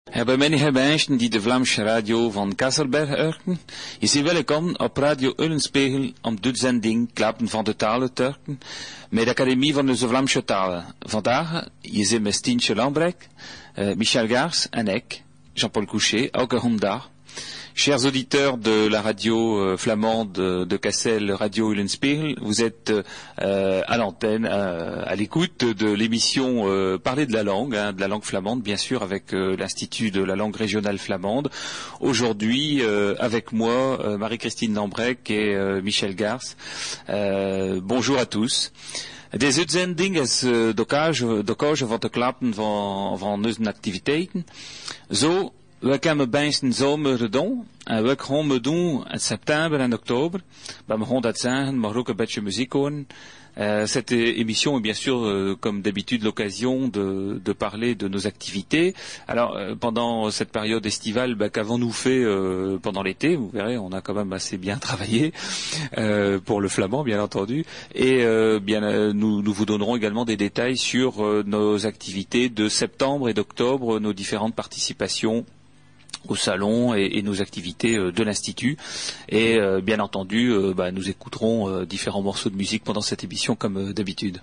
Hebben menige mensen die de Vlaamse radio van Kasselberg horen, je ziet welkom op Radio Eulenspiegel om de zending Klappen van de Talen te horen, met de Academie van de Vlaamse Talen. Vandaag, je ziet met Stientje Lambrek, Michel Gars en ik, Jean-Paul Couchet, elke hondag. Chers auditeurs de la radio flamande de Cassel, Radio Eulenspiegel, vous êtes à l'antenne, à l'écoute de l'émission Parler de la langue flamande, bien sûr, avec l'Institut de la langue régionale flamande. Aujourd'hui, avec moi, Marie-Christine Lambrek et Michel Gars. Bonjour à tous. Deze uitzending is de cause van de klappen van onze activiteiten. Zo, we kunnen bijna zomer doen, en we gaan doen in september en oktober. We gaan dat zeggen, maar ook een beetje muziek horen. Cette émission est bien sûr, comme d'habitude, l'occasion de parler de nos activités. Alors, pendant cette période estivale, qu'avons-nous fait pendant l'été? Vous verrez, on a quand même assez bien travaillé pour le flamand, bien entendu. Et nous vous donnerons également des détails sur nos activités de septembre et d'octobre, nos différentes participations au salon et nos activités de l'Institut. Et bien entendu, nous écouterons différents morceaux de musique pendant cette émission comme d'habitude.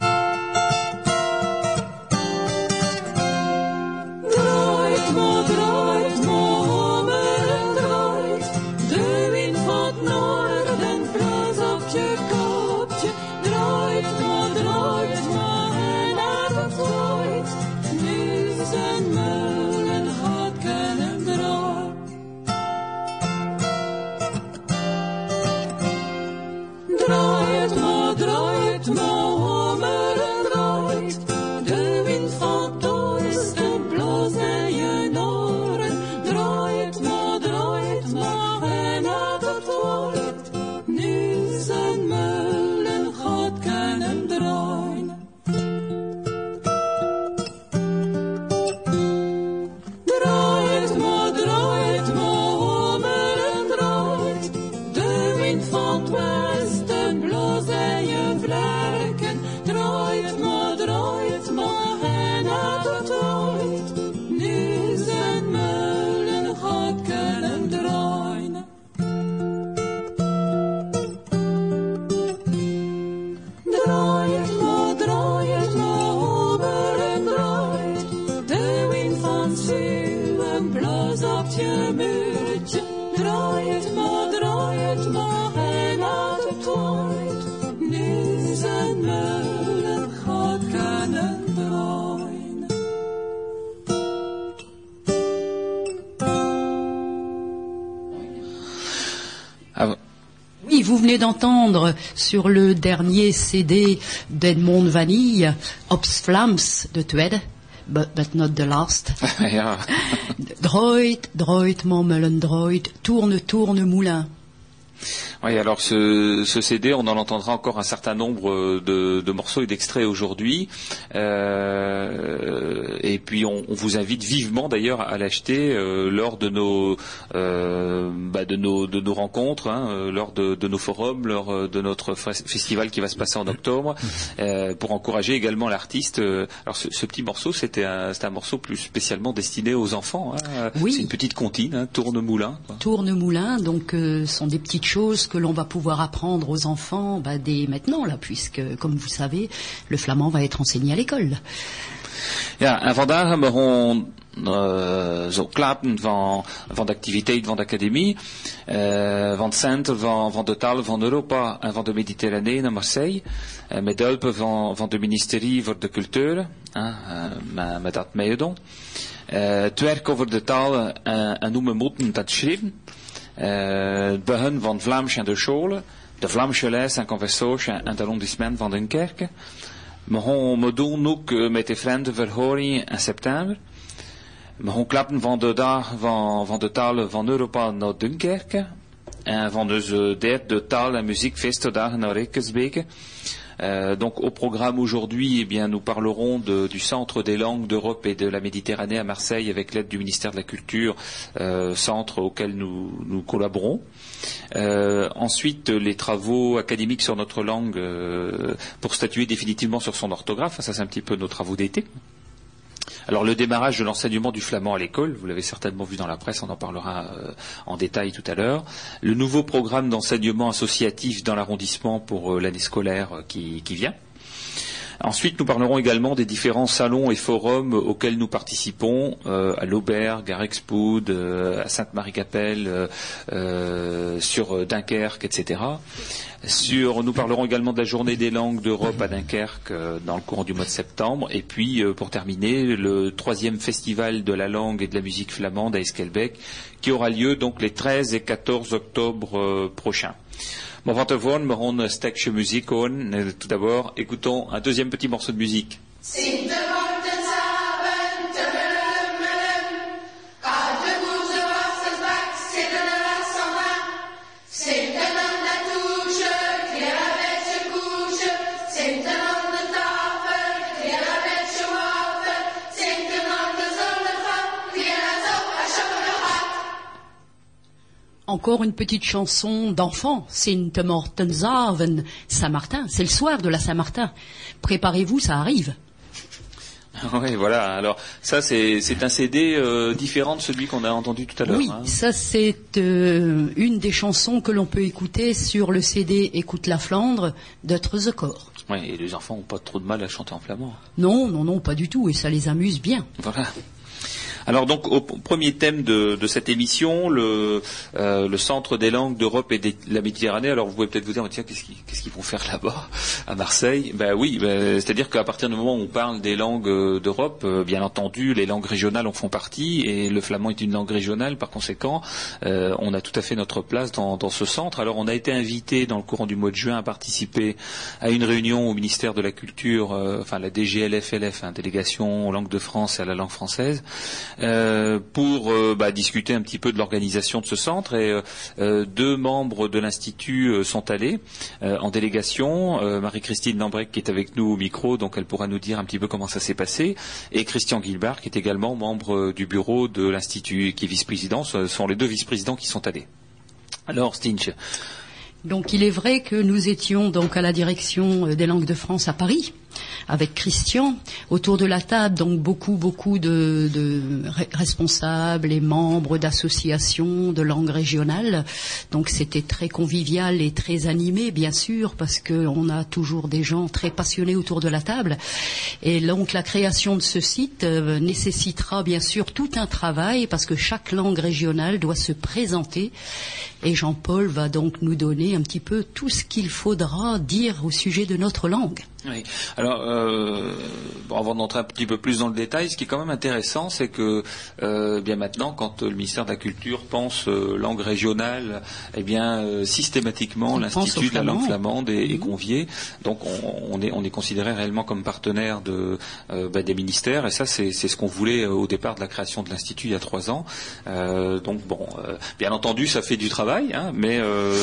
Oui, vous venez d'entendre sur le dernier CD d'Edmond Vanille, Ops Vlaams, de tweede, but not the last. Ja. Draait, draait, mommelen, draait, tourne, tourne, moulin. Oui, alors ce CD, on en entendra encore un certain nombre de morceaux et d'extraits aujourd'hui. Et puis on vous invite vivement d'ailleurs à l'acheter lors de nos rencontres, lors de nos forums, lors de notre festival qui va se passer en octobre, pour encourager également l'artiste. Alors ce petit morceau, c'est un morceau plus spécialement destiné aux enfants. Oui. C'est une petite comptine, Tourne-Moulin. Tourne-Moulin, donc sont des petites choses que l'on va pouvoir apprendre aux enfants dès maintenant, là, puisque, comme vous savez, le flamand va être enseigné à l'école. Ja, en vandaag hebben we zo klappen van de activiteit van de academie, van het centrum van de talen van Europa en van de Mediterranee naar Marseille, met hulp van de ministerie voor de cultuur, met dat meedoen. Het werk over de talen en hoe we moeten dat schrijven. Het begin van Vlaams en de scholen, de Vlaamse les en conversatie en het arrondissement van Dunkerque. We gaan doen ook met de vrienden verhoringen in september. We gaan klappen van de dag van de talen van Europa naar Dunkerque. En van de derde taal- en muziekfeestdagen naar Rijkersbeke. Donc au programme aujourd'hui, eh bien, nous parlerons du Centre des langues d'Europe et de la Méditerranée à Marseille avec l'aide du ministère de la Culture, centre auquel nous collaborons. Ensuite, les travaux académiques sur notre langue pour statuer définitivement sur son orthographe. Ça, c'est un petit peu nos travaux d'été. Alors le démarrage de l'enseignement du flamand à l'école, vous l'avez certainement vu dans la presse, on en parlera en détail tout à l'heure. Le nouveau programme d'enseignement associatif dans l'arrondissement pour l'année scolaire qui vient. Ensuite, nous parlerons également des différents salons et forums auxquels nous participons, à l'Auberge, à Rexpoud, à Sainte-Marie-Capelle, sur Dunkerque, etc. Nous parlerons également de la journée des langues d'Europe à Dunkerque dans le courant du mois de septembre. Et puis, pour terminer, le 3e festival de la langue et de la musique flamande à Esquelbecq, qui aura lieu donc les 13 et 14 octobre prochains. Maar van tevoren, we gaan een stukje muziek horen. Tout d'abord, écoutons un deuxième petit morceau de musique. Encore une petite chanson d'enfant, Sint Mortensavond, Saint-Martin, c'est le soir de la Saint-Martin. Préparez-vous, ça arrive. Oui, voilà. Alors ça, c'est un CD différent de celui qu'on a entendu tout à l'heure. Oui, ça c'est une des chansons que l'on peut écouter sur le CD Écoute la Flandre d'Utre the Corps. Oui, et les enfants n'ont pas trop de mal à chanter en flamand. Non, pas du tout, et ça les amuse bien. Voilà. Alors donc au premier thème de cette émission, le Centre des langues d'Europe et de la Méditerranée. Alors vous pouvez peut-être vous dire tiens qu'est-ce qu'ils vont faire là-bas à Marseille? C'est-à-dire qu'à partir du moment où on parle des langues d'Europe, bien entendu les langues régionales en font partie et le flamand est une langue régionale. Par conséquent, on a tout à fait notre place dans ce centre. Alors on a été invité dans le courant du mois de juin à participer à une réunion au ministère de la Culture, la DGLF-LF, délégation aux langues de France et à la langue française. Pour discuter un petit peu de l'organisation de ce centre et 2 membres de l'Institut sont allés en délégation, Marie-Christine Lambrec qui est avec nous au micro, donc elle pourra nous dire un petit peu comment ça s'est passé, et Christian Guilbard qui est également membre du bureau de l'Institut, qui est vice-président. Ce sont les 2 vice-présidents qui sont allés. Alors Stinch. Donc il est vrai que nous étions donc à la direction des langues de France à Paris avec Christian autour de la table, donc beaucoup de responsables et membres d'associations de langues régionales. Donc c'était très convivial et très animé, bien sûr, parce que on a toujours des gens très passionnés autour de la table. Et donc la création de ce site nécessitera bien sûr tout un travail, parce que chaque langue régionale doit se présenter. Et Jean-Paul va donc nous donner un petit peu tout ce qu'il faudra dire au sujet de notre langue. Oui. Alors, avant d'entrer un petit peu plus dans le détail, ce qui est quand même intéressant, c'est que bien maintenant, quand le ministère de la Culture pense langue régionale, systématiquement l'Institut de la langue flamande est convié. Donc, on est considéré réellement comme partenaire des ministères, et ça, c'est ce qu'on voulait au départ de la création de l'Institut il y a 3 ans. Bien entendu, ça fait du travail, mais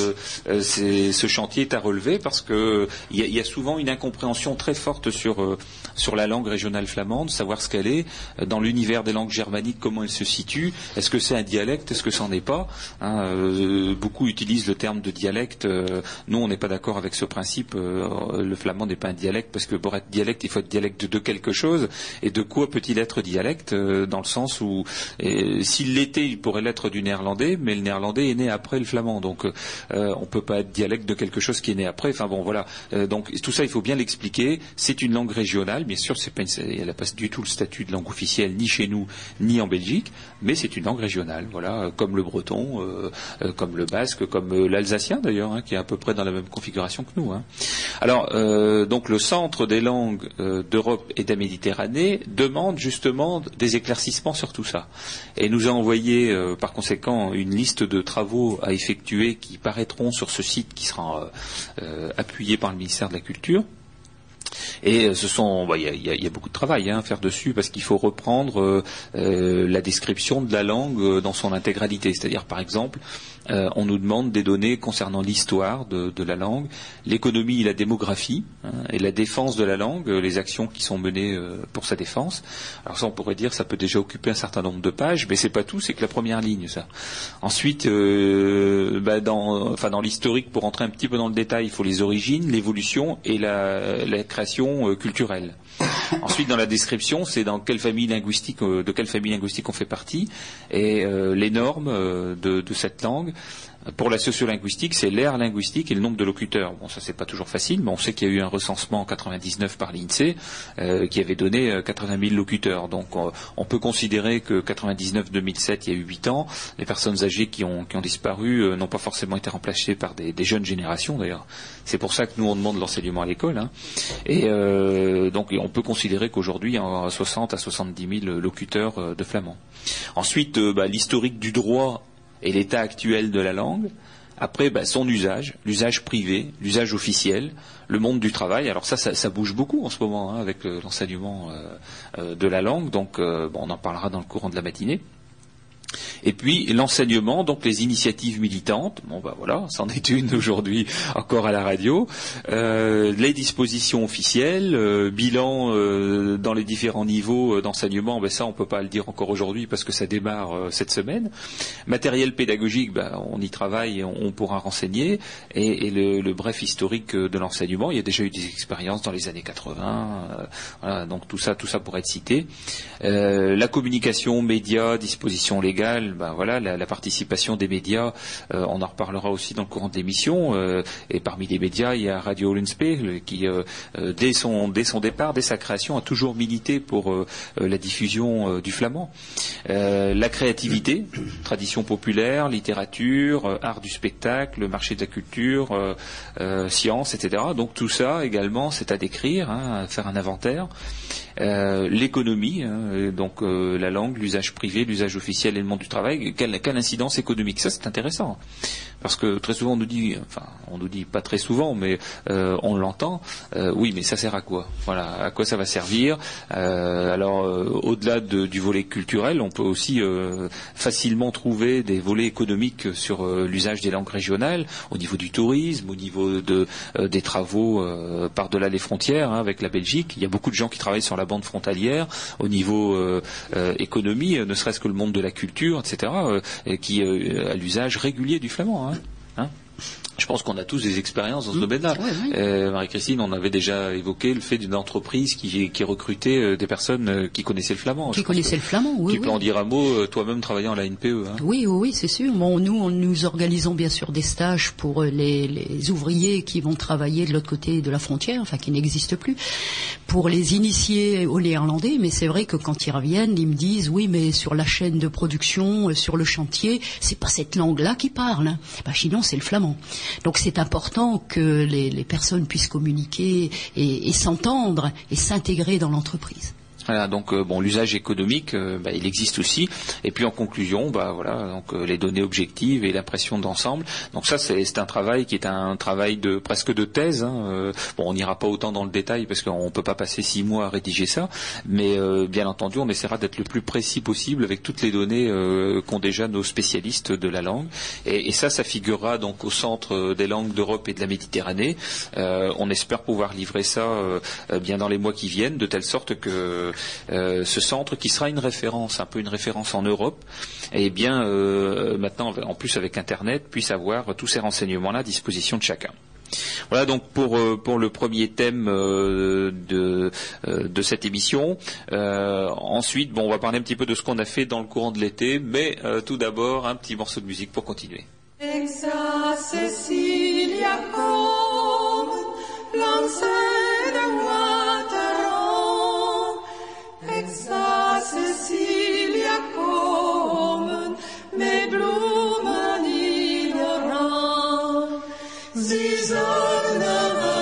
ce chantier est à relever parce que il y a souvent une incompréhension très forte sur la langue régionale flamande, savoir ce qu'elle est dans l'univers des langues germaniques, comment elle se situe. Est-ce que c'est un dialecte? Est-ce que ça n'en est pas? Beaucoup utilisent le terme de dialecte. Nous, on n'est pas d'accord avec ce principe. Le flamand n'est pas un dialecte, parce que pour être dialecte, il faut être dialecte de quelque chose. Et de quoi peut-il être dialecte? Dans le sens où, s'il l'était, il pourrait l'être du néerlandais, mais le néerlandais est né après le flamand. Donc, on peut pas être dialecte de quelque chose qui est né après. Enfin bon, voilà. Donc tout ça, il faut bien l'expliquer. C'est une langue régionale, bien sûr, elle n'a pas du tout le statut de langue officielle, ni chez nous, ni en Belgique, mais c'est une langue régionale, voilà, comme le breton, comme le basque, comme l'alsacien d'ailleurs, qui est à peu près dans la même configuration que nous. Alors, donc le Centre des langues d'Europe et de la Méditerranée demande justement des éclaircissements sur tout ça, et nous a envoyé par conséquent une liste de travaux à effectuer qui paraîtront sur ce site qui sera appuyé par le ministère de la Culture. Et il y a beaucoup de travail à faire dessus, parce qu'il faut reprendre la description de la langue dans son intégralité. C'est-à-dire, par exemple, on nous demande des données concernant l'histoire de la langue, l'économie et la démographie, et la défense de la langue, les actions qui sont menées pour sa défense. Alors ça, on pourrait dire, ça peut déjà occuper un certain nombre de pages, mais c'est pas tout, c'est que la première ligne, ça. Ensuite, dans l'historique, pour entrer un petit peu dans le détail, il faut les origines, l'évolution et la création culturelle. Ensuite, dans la description, c'est dans quelle famille linguistique, de quelle famille linguistique on fait partie, et les normes de cette langue. Pour la sociolinguistique, c'est l'aire linguistique et le nombre de locuteurs. Bon, ça c'est pas toujours facile, mais on sait qu'il y a eu un recensement en 99 par l'INSEE qui avait donné 80 000 locuteurs. Donc on peut considérer que 99-2007, il y a eu 8 ans, les personnes âgées qui ont disparu n'ont pas forcément été remplacées par des jeunes générations d'ailleurs. C'est pour ça que nous on demande l'enseignement à l'école. Hein. Et donc on peut considérer qu'aujourd'hui il y a 60 à 70 000 locuteurs de flamand. Ensuite, l'historique du droit et l'état actuel de la langue. Après, son usage, l'usage privé, l'usage officiel, le monde du travail. Alors ça bouge beaucoup en ce moment avec l'enseignement de la langue. Donc, on en parlera dans le courant de la matinée. Et puis l'enseignement, donc les initiatives militantes, voilà, c'en est une aujourd'hui encore à la radio, les dispositions officielles, bilan dans les différents niveaux d'enseignement, ça on peut pas le dire encore aujourd'hui parce que ça démarre cette semaine. Matériel pédagogique, on y travaille et on pourra renseigner, et le bref historique de l'enseignement, il y a déjà eu des expériences dans les années 80, voilà, donc tout ça pourrait être cité. La communication, médias, dispositions légales, la participation des médias, on en reparlera aussi dans le courant de l'émission, et parmi les médias, il y a Radio Eulenspiegel qui, dès son départ, dès sa création, a toujours milité pour la diffusion du flamand. La créativité, tradition populaire, littérature, art du spectacle, marché de la culture, sciences, etc. Donc tout ça également, c'est à décrire, à faire un inventaire. L'économie, donc la langue, l'usage privé, l'usage officiel et le monde du travail, quelle incidence économique. Ça c'est intéressant, parce que très souvent on nous dit pas très souvent, mais on l'entend, oui mais ça sert à quoi? Voilà, à quoi ça va servir? Alors au-delà du volet culturel, on peut aussi facilement trouver des volets économiques sur l'usage des langues régionales, au niveau du tourisme, au niveau des travaux par-delà les frontières, avec la Belgique. Il y a beaucoup de gens qui travaillent sur la bande frontalière, au niveau économie, ne serait-ce que le monde de la culture, etc., qui a l'usage régulier du flamand. Je pense qu'on a tous des expériences dans ce domaine-là. Oui. Marie-Christine, on avait déjà évoqué le fait d'une entreprise qui recrutait des personnes qui connaissaient le flamand. Qui connaissaient le flamand, oui. Tu peux en dire un mot, toi-même travaillant à la NPE. Oui, c'est sûr. Bon, nous organisons bien sûr des stages pour les ouvriers qui vont travailler de l'autre côté de la frontière, qui n'existent plus, pour les initier au néerlandais. Mais c'est vrai que quand ils reviennent, ils me disent, oui, mais sur la chaîne de production, sur le chantier, c'est pas cette langue-là qu'ils parlent. Sinon, c'est le flamand. Donc c'est important que les personnes puissent communiquer et s'entendre et s'intégrer dans l'entreprise. Voilà, donc l'usage économique, il existe aussi. Et puis en conclusion, les données objectives et l'impression d'ensemble. Donc ça, c'est un travail qui est un travail presque de thèse. On n'ira pas autant dans le détail parce qu'on peut pas passer 6 mois à rédiger ça. Mais bien entendu, on essaiera d'être le plus précis possible avec toutes les données qu'ont déjà nos spécialistes de la langue. Et ça figurera donc au Centre des langues d'Europe et de la Méditerranée. On espère pouvoir livrer ça bien dans les mois qui viennent, de telle sorte que ce centre, qui sera une référence, un peu une référence en Europe, maintenant, en plus avec Internet, puisse avoir tous ces renseignements-là à disposition de chacun. Voilà donc pour le premier thème de cette émission. Ensuite, on va parler un petit peu de ce qu'on a fait dans le courant de l'été, mais tout d'abord un petit morceau de musique pour continuer. Exa Cecilia kommen, Lanze de Waterland. Exa Cecilia kommen, met bloemen in de rand. Sie sagen de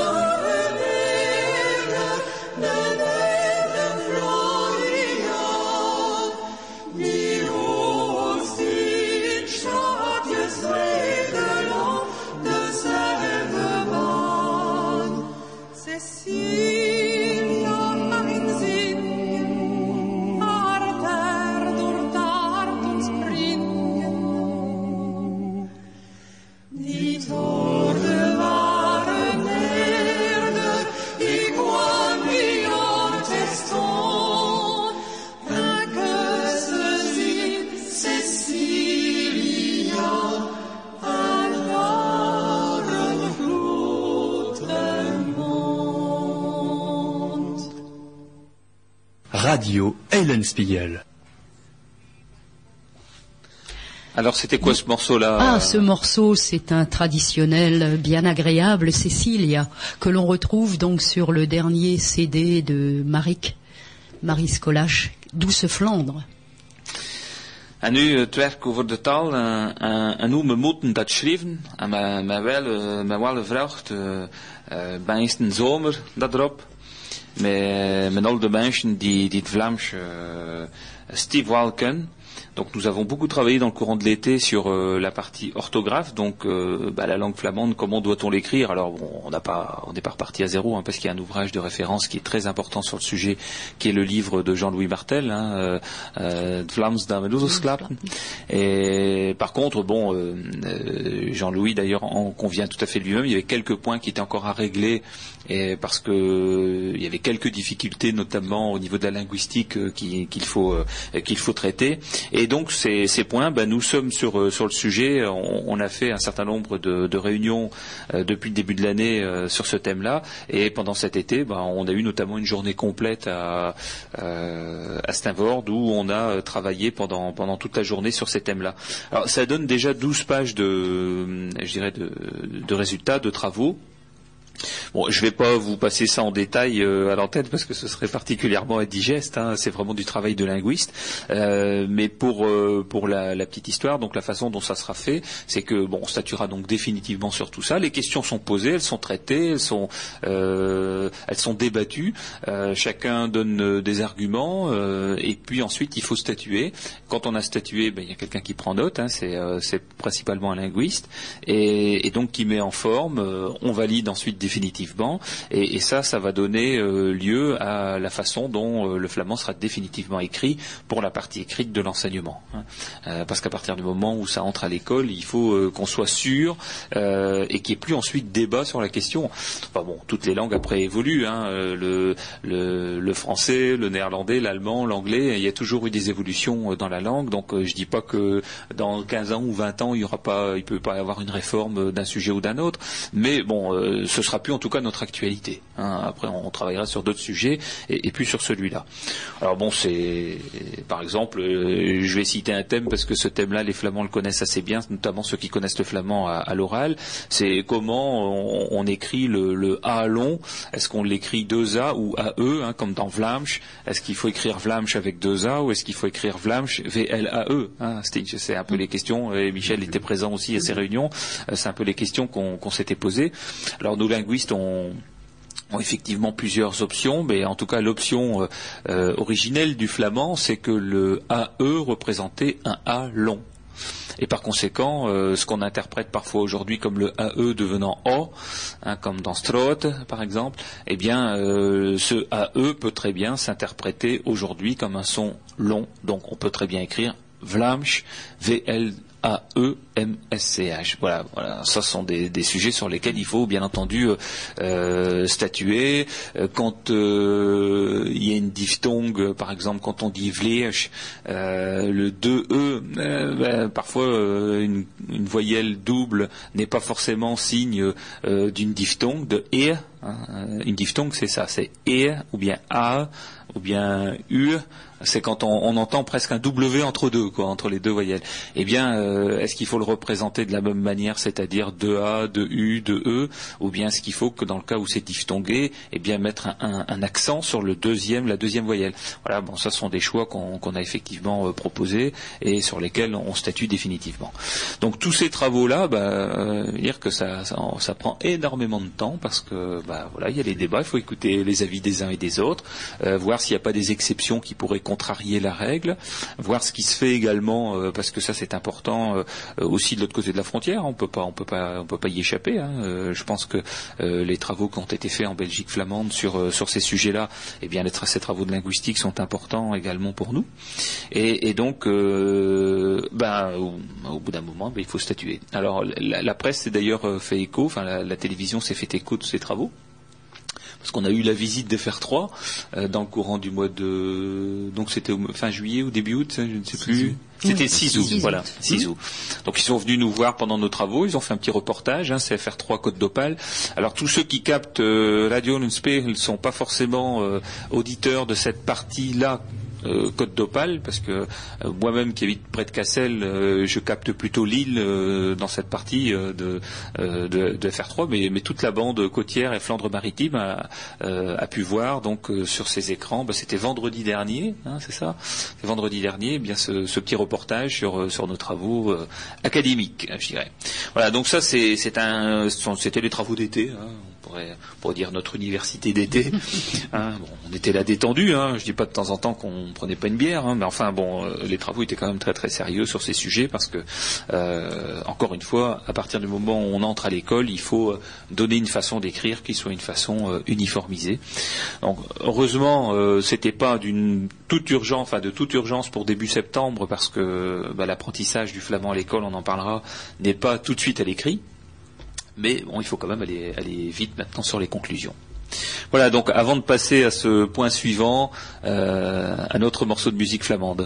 Florian, die hoogst in stadjes Nederland, dezelfde man. Radio Eulenspiegel. Alors c'était quoi ce morceau-là? Ce morceau, c'est un traditionnel bien agréable, Cécilia, que l'on retrouve donc sur le dernier CD de Marie Scolache, Douce Flandre. En nu het werk over de taal en hoe we moeten dat schrijven. En met wel vraagt, ben is een zomer dat erop. Met al de mensen die het Vlaams stief wel kunnen. Donc nous avons beaucoup travaillé dans le courant de l'été sur la partie orthographe, donc la langue flamande, comment doit-on l'écrire? Alors bon, on n'est pas reparti à zéro, parce qu'il y a un ouvrage de référence qui est très important sur le sujet, qui est le livre de Jean-Louis Martel, Vlaams dans Meduseklappen. Et par contre, Jean-Louis d'ailleurs en convient tout à fait lui-même, il y avait quelques points qui étaient encore à régler, et parce que il y avait quelques difficultés, notamment au niveau de la linguistique qu'il faut traiter. Et donc ces points, nous sommes sur le sujet. On a fait un certain nombre de réunions depuis le début de l'année sur ce thème-là. Et pendant cet été, on a eu notamment une journée complète à Steenvoorde où on a travaillé pendant toute la journée sur ces thèmes-là. Alors ça donne déjà 12 pages de résultats, de travaux. Bon, je vais pas vous passer ça en détail à l'antenne parce que ce serait particulièrement indigeste. C'est vraiment du travail de linguiste. Mais pour la petite histoire, donc la façon dont ça sera fait, c'est que on statuera donc définitivement sur tout ça. Les questions sont posées, elles sont traitées, elles sont débattues. Chacun donne des arguments et puis ensuite il faut statuer. Quand on a statué, il y a quelqu'un qui prend note. C'est principalement un linguiste et donc qui met en forme. On valide ensuite définitivement, et ça va donner lieu à la façon dont le flamand sera définitivement écrit pour la partie écrite de l'enseignement. Parce qu'à partir du moment où ça entre à l'école, il faut qu'on soit sûr et qu'il n'y ait plus ensuite débat sur la question. Toutes les langues après évoluent. Le français, le néerlandais, l'allemand, l'anglais, il y a toujours eu des évolutions dans la langue. Donc je dis pas que dans 15 ans ou 20 ans, il peut pas y avoir une réforme d'un sujet ou d'un autre, mais ce sera plus en tout cas notre actualité. Après on travaillera sur d'autres sujets et puis sur celui-là. Alors c'est par exemple, je vais citer un thème parce que ce thème-là les Flamands le connaissent assez bien, notamment ceux qui connaissent le flamand à l'oral. C'est comment on écrit le A long. Est-ce qu'on l'écrit 2 A ou AE, comme dans Vlaams? Est-ce qu'il faut écrire Vlaams avec 2 A ou est-ce qu'il faut écrire Vlaams VLAE? C'est un peu les questions, et Michel était présent aussi à ces réunions, c'est un peu les questions qu'on s'était posées. Alors nos linguistes ont effectivement plusieurs options, mais en tout cas l'option originelle du flamand, c'est que le AE représentait un A long. Et par conséquent, ce qu'on interprète parfois aujourd'hui comme le AE devenant O, comme dans Stroot par exemple, ce AE peut très bien s'interpréter aujourd'hui comme un son long. Donc on peut très bien écrire Vlaams, VLAEMSCH. Voilà, ça sont des sujets sur lesquels il faut bien entendu statuer. Quand il y a une diphtongue, par exemple, quand on dit Vleesch, le 2E, parfois une voyelle double n'est pas forcément signe d'une diphtongue, de E. Une diphtongue, c'est ça, c'est E ou bien A ou bien U. C'est quand on entend presque un W entre deux, entre les deux voyelles. Est-ce qu'il faut le représenter de la même manière, c'est-à-dire 2A, 2U, 2E, ou bien est-ce qu'il faut que dans le cas où c'est diphtongué, mettre un accent sur la deuxième voyelle. Voilà, ça sont des choix qu'on a effectivement proposés et sur lesquels on statue définitivement. Donc tous ces travaux-là, dire que ça prend énormément de temps parce que il y a les débats, il faut écouter les avis des uns et des autres, voir s'il n'y a pas des exceptions qui pourraient contrarier la règle, voir ce qui se fait également, parce que ça c'est important aussi de l'autre côté de la frontière. On peut pas y échapper. Je pense que les travaux qui ont été faits en Belgique flamande sur ces sujets-là, ces travaux de linguistique sont importants également pour nous. Et donc, au bout d'un moment, il faut statuer. Alors la presse s'est d'ailleurs fait écho, la télévision s'est fait écho de ces travaux. parce qu'on a eu la visite des FR3 dans le courant du mois de... Donc c'était fin juillet ou début août, je ne sais plus. C'était 6 août, voilà, 6 août. Donc ils sont venus nous voir pendant nos travaux, ils ont fait un petit reportage, c'est FR3 Côte d'Opale. Alors tous ceux qui captent Radio Eulenspiegel ne sont pas forcément auditeurs de cette partie-là, Côte d'Opale, parce que moi-même qui habite près de Cassel, je capte plutôt Lille dans cette partie de FR3, mais toute la bande côtière et Flandre-Maritime a pu voir donc sur ces écrans. C'était vendredi dernier, c'est ça. C'est vendredi dernier, bien ce petit reportage sur nos travaux académiques, je dirais. Voilà, donc ça c'était les travaux d'été. On pourrait dire notre université d'été. On était là détendu. Je dis pas de temps en temps qu'on prenait pas une bière, mais enfin les travaux étaient quand même très très sérieux sur ces sujets parce que encore une fois, à partir du moment où on entre à l'école, il faut donner une façon d'écrire qui soit une façon uniformisée. Donc heureusement, c'était pas de toute urgence pour début septembre parce que l'apprentissage du flamand à l'école, on en parlera, n'est pas tout de suite à l'écrit. Mais il faut quand même aller vite maintenant sur les conclusions. Voilà, donc avant de passer à ce point suivant, un autre morceau de musique flamande.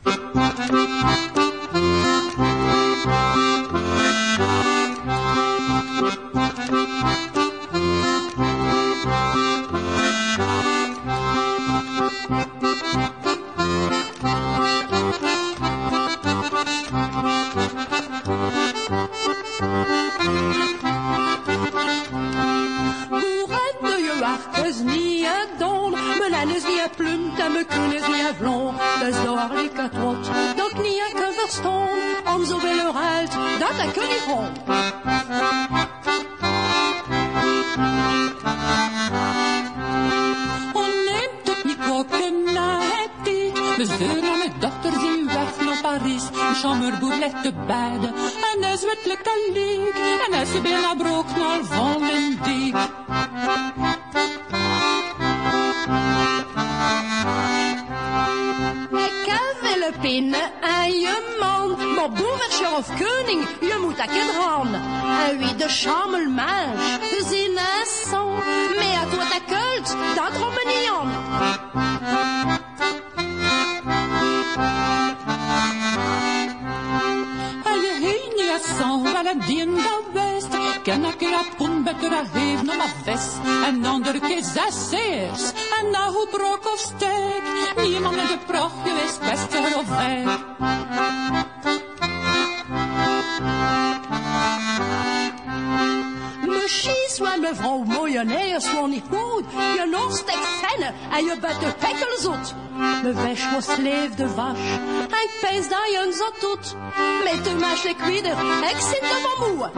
Leef de vache, ik pees dat je zo doet. Met de maas ik wieder, ik zit er maar moe.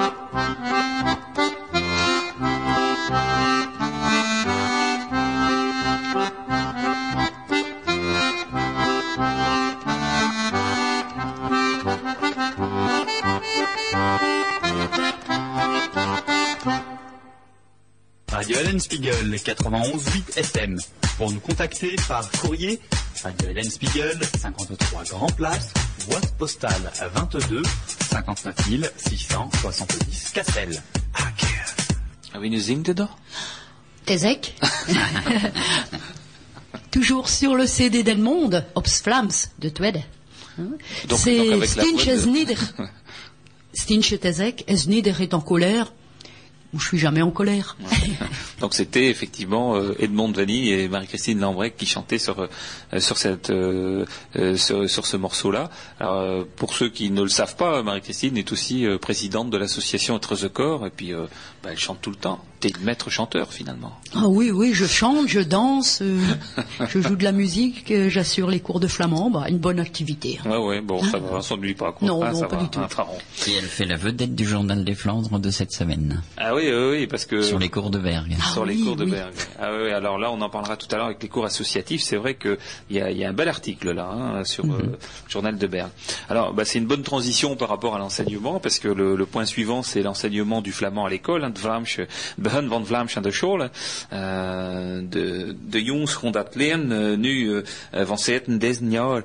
Radio Eulenspiegel 91.8 FM. Pour nous contacter par courrier, Radio Eulenspiegel, 53 Grand Place, boîte postale 22 59 670 Cassel. Ah oui, nous zingt da? Tezek. Toujours sur le CD del Monde, Ops Flams de Twede. C'est Stinche Tezek, es Nieder est en colère. Où je suis jamais en colère. Donc c'était effectivement Edmond Vanny et Marie-Christine Lambrec qui chantaient sur ce morceau-là. Alors pour ceux qui ne le savent pas, Marie-Christine est aussi présidente de l'association Être the Corps et puis elle chante tout le temps. T'es une maître chanteur finalement. Ah oui, je chante, je danse, je joue de la musique, j'assure les cours de flamand, une bonne activité. Ouais, bon, ça va, on s'ennuie pas quoi. Non, ça pas va, du tout. Et elle fait la vedette du journal des Flandres de cette semaine. Ah oui, parce que sur les cours de Berg. Les cours de Berg. Ah oui, alors là, on en parlera tout à l'heure avec les cours associatifs. C'est vrai que il y a un bel article là sur le journal de Berg. Alors, c'est une bonne transition par rapport à l'enseignement parce que le point suivant, c'est l'enseignement du flamand à l'école, de Vlaamse begin van Vlaams aan de school. De jongens gaan dat leren nu van 17 jaar.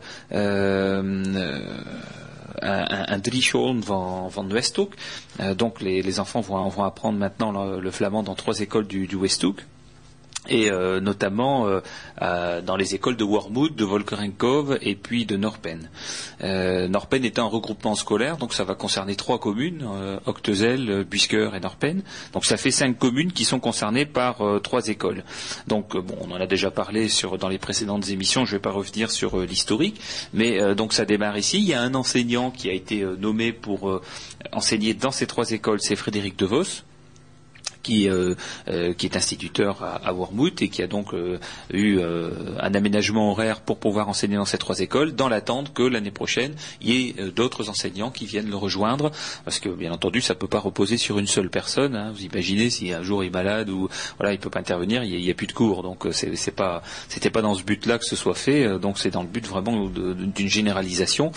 Un drieschool van Westhoek. Donc les enfants vont apprendre maintenant le flamand dans 3 écoles du Westhoek. et notamment dans les écoles de Wormhout, de Volkerenkov et puis de Norpen. Norpen est un regroupement scolaire, donc ça va concerner 3 communes, Octezel, Buisker et Norpen. Donc ça fait 5 communes qui sont concernées par 3 écoles. Donc on en a déjà parlé dans les précédentes émissions, je ne vais pas revenir sur l'historique, mais donc ça démarre ici. Il y a un enseignant qui a été nommé pour enseigner dans ces 3 écoles, c'est Frédéric De Vos, qui est instituteur à Wormhout et qui a donc eu un aménagement horaire pour pouvoir enseigner dans ces 3 écoles, dans l'attente que l'année prochaine il y ait d'autres enseignants qui viennent le rejoindre, parce que bien entendu ça peut pas reposer sur une seule personne, hein. Vous imaginez si un jour il est malade ou voilà il peut pas intervenir, il y a plus de cours, donc c'était pas dans ce but-là que ce soit fait, donc c'est dans le but vraiment d'une généralisation.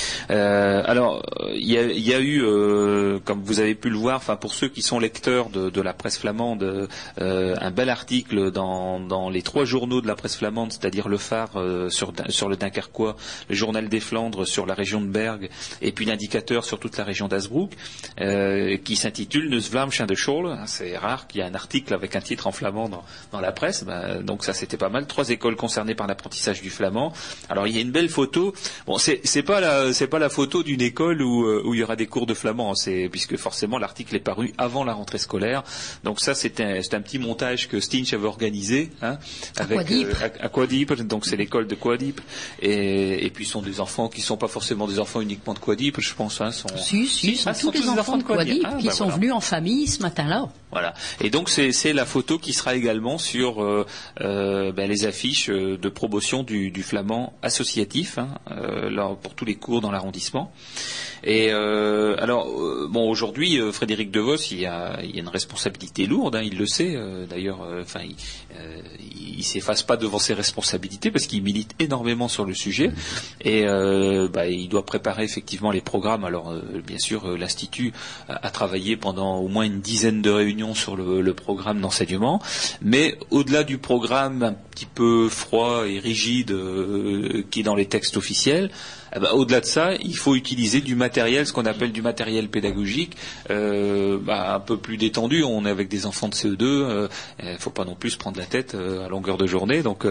Alors il y a eu comme vous avez pu le voir, enfin pour ceux qui sont lecteurs de la presse flamande, un bel article dans les 3 journaux de la presse flamande, c'est-à-dire le Phare sur le Dunkerquois, le Journal des Flandres sur la région de Bergue, et puis l'Indicateur sur toute la région d'Hazebrouck, qui s'intitule Neus Vlaamschen de School. C'est rare qu'il y ait un article avec un titre en flamand dans la presse, donc ça c'était pas mal. 3 écoles concernées par l'apprentissage du flamand. Alors il y a une belle photo. Bon, c'est pas la photo d'une école où il y aura des cours de flamand, puisque forcément l'article est paru avant la rentrée scolaire. Donc ça, c'est un petit montage que Stinch avait organisé, hein, avec à Quadiepe. Donc c'est l'école de Quadiepe, et puis sont des enfants qui sont pas forcément des enfants uniquement de Quadiepe, je pense. Hein, sont tous les enfants de Quadiepe qui sont venus en famille ce matin-là. Voilà. Et donc c'est la photo qui sera également sur les affiches de promotion du flamand associatif, hein, pour tous les cours dans l'arrondissement. Et aujourd'hui, Frédéric De Vos, il y a une responsabilité lourde, hein, il le sait. D'ailleurs, il s'efface pas devant ses responsabilités parce qu'il milite énormément sur le sujet. Et il doit préparer effectivement les programmes. Alors, bien sûr, l'Institut a travaillé pendant au moins une dizaine de réunions sur le programme d'enseignement. Mais au-delà du programme un petit peu froid et rigide qui est dans les textes officiels, au-delà de ça, il faut utiliser du matériel, ce qu'on appelle du matériel pédagogique, un peu plus détendu. On est avec des enfants de CE2, il faut pas non plus se prendre la tête à longueur de journée. Donc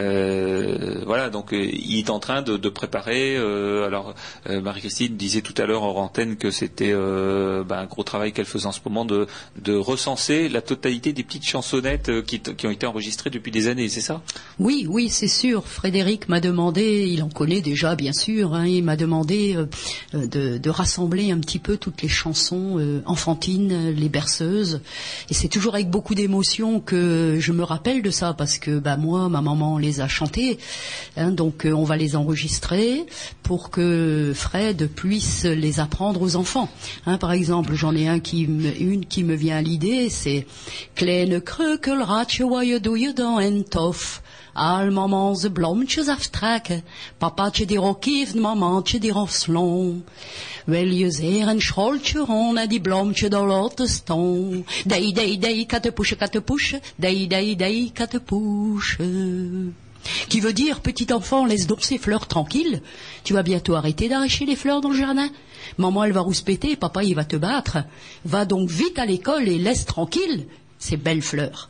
donc il est en train de préparer. Marie-Christine disait tout à l'heure hors antenne que c'était un gros travail qu'elle faisait en ce moment de recenser la totalité des petites chansonnettes qui ont été enregistrées depuis des années, c'est ça ? Oui, c'est sûr. Frédéric m'a demandé, il en connaît déjà bien sûr, hein, il m'a demandé de rassembler un petit peu toutes les chansons enfantines, les berceuses, et c'est toujours avec beaucoup d'émotion que je me rappelle de ça, parce que moi, ma maman les a chantées, hein, donc on va les enregistrer pour que Fred puisse les apprendre aux enfants. Hein, par exemple, j'en ai une qui me vient à l'idée, c'est Kleine kreukelratje, wat je doe je dan en tof. Al maman ze blommetjes aftrekken, papaatje die rok heeft, mamaatje die rafslon. Wil je zeer een schooltje rond en die blommetje daar laten staan. Dei, kattepoesje, dei, kattepoesje. Qui veut dire, petit enfant, laisse donc ces fleurs tranquilles. Tu vas bientôt arrêter d'arracher les fleurs dans le jardin. Maman, elle va rouspéter, papa, il va te battre. Va donc vite à l'école et laisse tranquille ces belles fleurs.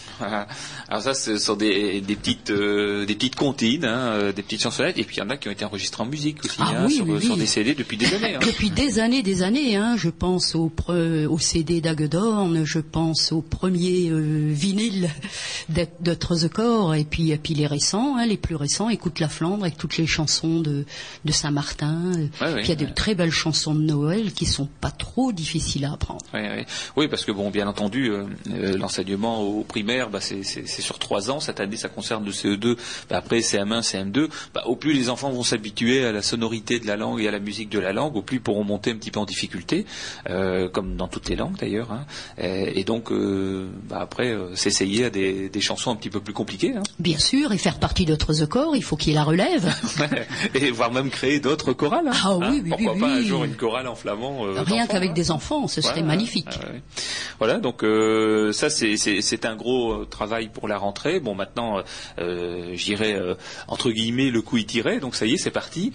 Alors ça, ce sont des petites comptines, hein, des petites chansonnettes, et puis il y en a qui ont été enregistrées en musique aussi, sur des CD depuis des années. Hein. Depuis des années, hein, je pense au CD d'Hagedorn, je pense au premier vinyle de Trezekor, et puis les récents, hein, les plus récents, Écoute la Flandre, avec toutes les chansons de Saint-Martin, qui a de très belles chansons de Noël qui sont pas trop difficiles à apprendre. Oui, parce que bien entendu, l'enseignement au primaire, c'est sur 3 ans. Cette année, ça concerne le CE2. Après, CM1, CM2. Au plus les enfants vont s'habituer à la sonorité de la langue et à la musique de la langue, au plus ils pourront monter un petit peu en difficulté, comme dans toutes les langues d'ailleurs. Hein. Et donc, après, s'essayer à des chansons un petit peu plus compliquées. Hein. Bien sûr, et faire partie d'autres corps, il faut qu'il y ait la relève. Et voire même créer d'autres chorales. Hein. Ah oui, Pourquoi pas un jour une chorale en flamand rien qu'avec des enfants, ce serait magnifique. Voilà, donc ça c'est un gros travail pour la rentrée. Bon, maintenant, je dirais entre guillemets, le coup est tiré. Donc ça y est, c'est parti.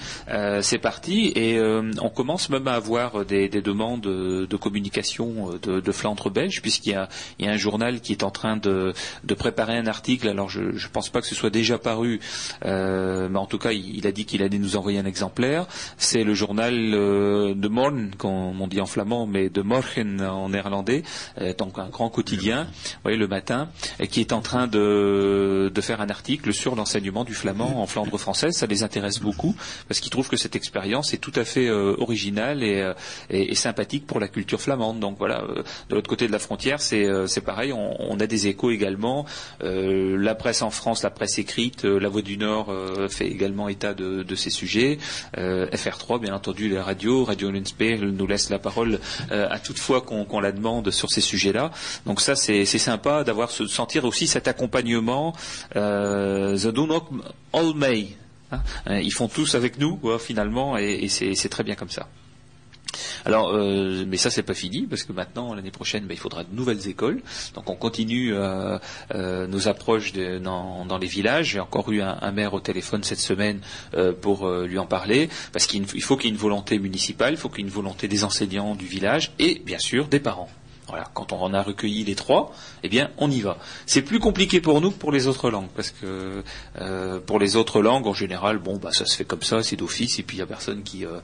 Et on commence même à avoir des demandes de communication de Flandre belge, puisqu'il y a un journal qui est en train de préparer un article. Alors je pense pas que ce soit déjà paru, mais en tout cas, il a dit qu'il allait nous envoyer un exemplaire. C'est le journal de Morgen, comme on dit en flamand, mais de Morgen en néerlandais, donc un grand quotidien, vous voyez, le matin, qui est en train de faire un article sur l'enseignement du flamand en Flandre française. Ça les intéresse beaucoup, parce qu'ils trouvent que cette expérience est tout à fait originale et sympathique pour la culture flamande. Donc voilà, de l'autre côté de la frontière, c'est pareil, on a des échos également. La presse en France, la presse écrite, La Voix du Nord fait également état de ces sujets. FR3, bien entendu, les radios, Radio Lenspeil nous laisse la parole à toute fois qu'on la demande sur ces sujets-là. Donc ça, c'est sympa de sentir aussi cet accompagnement. Ze doen ook all mee. Ils font tous avec nous, finalement, et c'est très bien comme ça. Alors, mais ça c'est pas fini, parce que maintenant l'année prochaine, il faudra de nouvelles écoles. Donc on continue nos approches dans les villages. J'ai encore eu un maire au téléphone cette semaine pour lui en parler, parce qu'il faut qu'il y ait une volonté municipale, il faut qu'il y ait une volonté des enseignants du village et bien sûr des parents. Voilà, quand on en a recueilli les trois, eh bien, on y va. C'est plus compliqué pour nous que pour les autres langues, parce que pour les autres langues, en général, ça se fait comme ça, c'est d'office, et puis il y a personne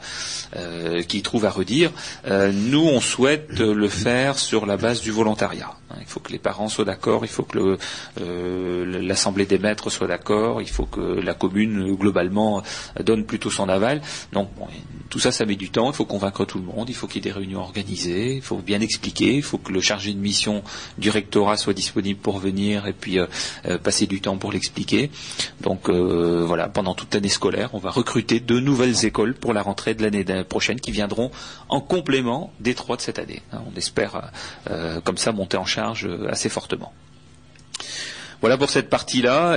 qui trouve à redire. Nous, on souhaite le faire sur la base du volontariat. Il faut que les parents soient d'accord, il faut que l'assemblée des maîtres soit d'accord, il faut que la commune globalement donne plutôt son aval. Donc tout ça, ça met du temps. Il faut convaincre tout le monde, il faut qu'il y ait des réunions organisées, il faut bien expliquer, il faut que le chargé de mission du rectorat soit disponible pour venir et puis passer du temps pour l'expliquer. Donc voilà, pendant toute l'année scolaire, on va recruter 2 nouvelles écoles pour la rentrée de l'année prochaine qui viendront en complément des 3 de cette année. On espère comme ça monter en charge assez fortement. Voilà pour cette partie-là,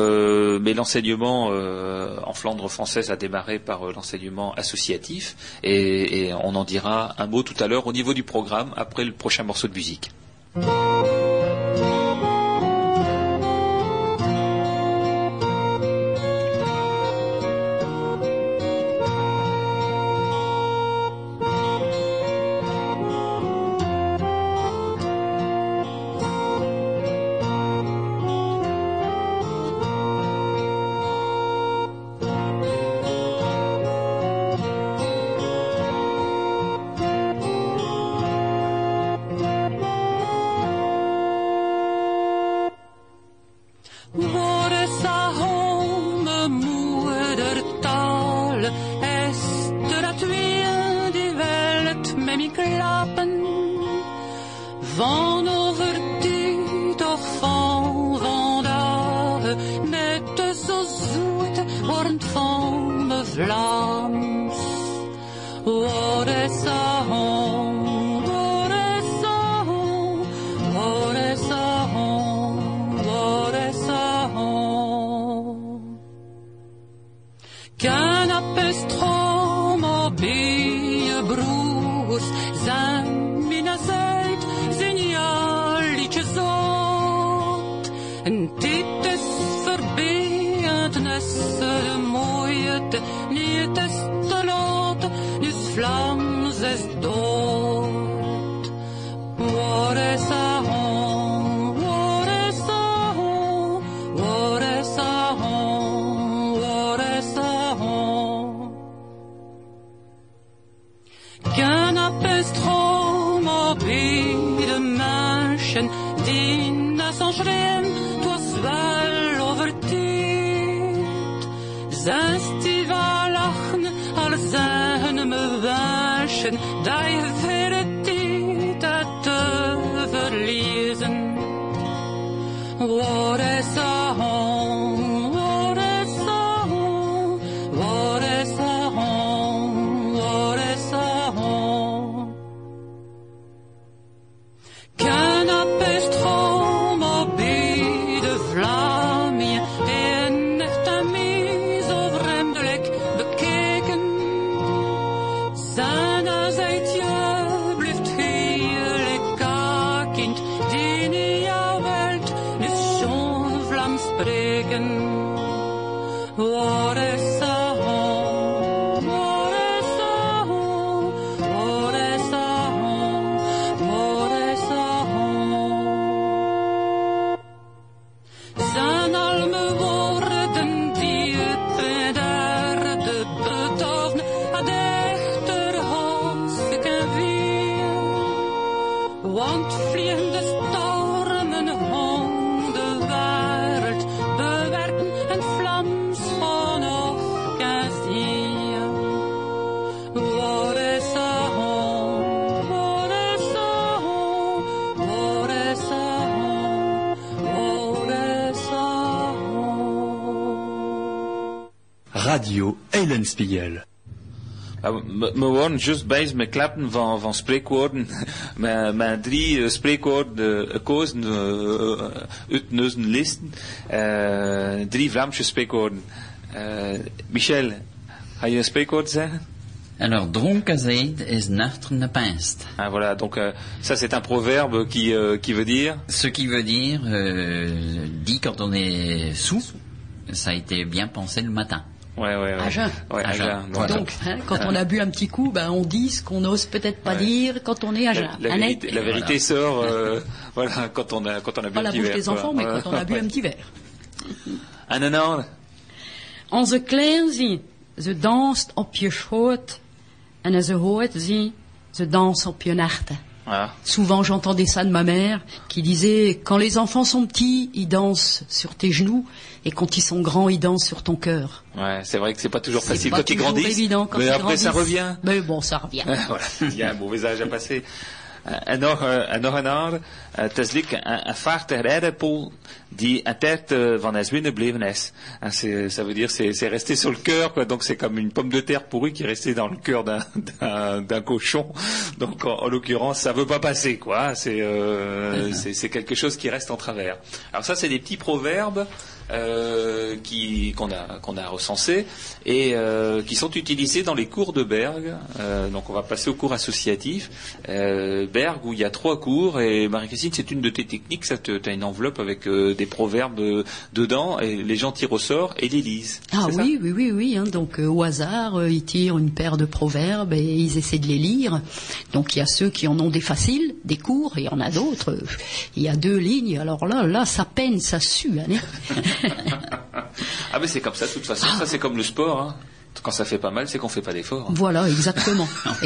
mais l'enseignement en Flandre française a démarré par l'enseignement associatif, et on en dira un mot tout à l'heure au niveau du programme après le prochain morceau de musique. Kind, die in jouw welt nu Radio Eulenspiegel. We worden juist bezig met klappen van spreekwoorden. Met 3 spreekwoorden gekozen uit onze listen. 3 Vlaamse spreekwoorden. Michel, ga je een spreekwoord zeggen? Alors, dronkenheid is nuchterne pijnst. Ah, voilà, donc ça c'est un proverbe qui veut dire... Ce qui veut dire, dit quand on est sous, ça a été bien pensé le matin. Ouais. À jeun. Ouais, à jeun. Voilà. Donc, quand on a bu un petit coup, on dit ce qu'on n'ose peut-être pas dire quand on est à jeun. La vérité sort, voilà, quand on a bu Pas un petit verre. la bouche des enfants, mais quand on a bu un petit verre. En een ander. Onze klein zien, ze danst op je schoot. En als ze hoort zien, ze danst op je nachten. Voilà. Souvent, j'entendais ça de ma mère, qui disait, quand les enfants sont petits, ils dansent sur tes genoux, et quand ils sont grands, ils dansent sur ton cœur. Ouais, c'est vrai que c'est pas toujours C'est facile pas quand ils toujours grandissent. évident quand mais ils après ça grandissent. revient. Mais bon, ça revient. Voilà, il y a un mauvais âge à passer. En nog een ander. Het is like een vaartige rijdenpoel die een tijd van zijn winnen bleven is. Ça veut dire c'est resté sur le cœur, quoi. Donc c'est comme une pomme de terre pourrie qui est restée dans le cœur d'un cochon. Donc en l'occurrence ça veut pas passer, quoi. C'est quelque chose qui reste en travers. Alors ça c'est des petits proverbes qu'on a recensés et qui sont utilisés dans les cours de Berg. Donc on va passer au cours associatif. Berg où il y a 3 cours et Marie-Christine c'est une de tes techniques, ça tu as une enveloppe avec des proverbes dedans et les gens tirent au sort et les lisent. Ah c'est oui, hein, donc au hasard, ils tirent une paire de proverbes et ils essaient de les lire. Donc il y a ceux qui en ont des faciles, des courts, et il y en a d'autres. Il y a 2 lignes, alors là ça peine, ça sue. Hein. Ah mais c'est comme ça de toute façon, ça c'est comme le sport, hein. Quand ça fait pas mal, c'est qu'on fait pas d'efforts. Hein. Voilà, exactement.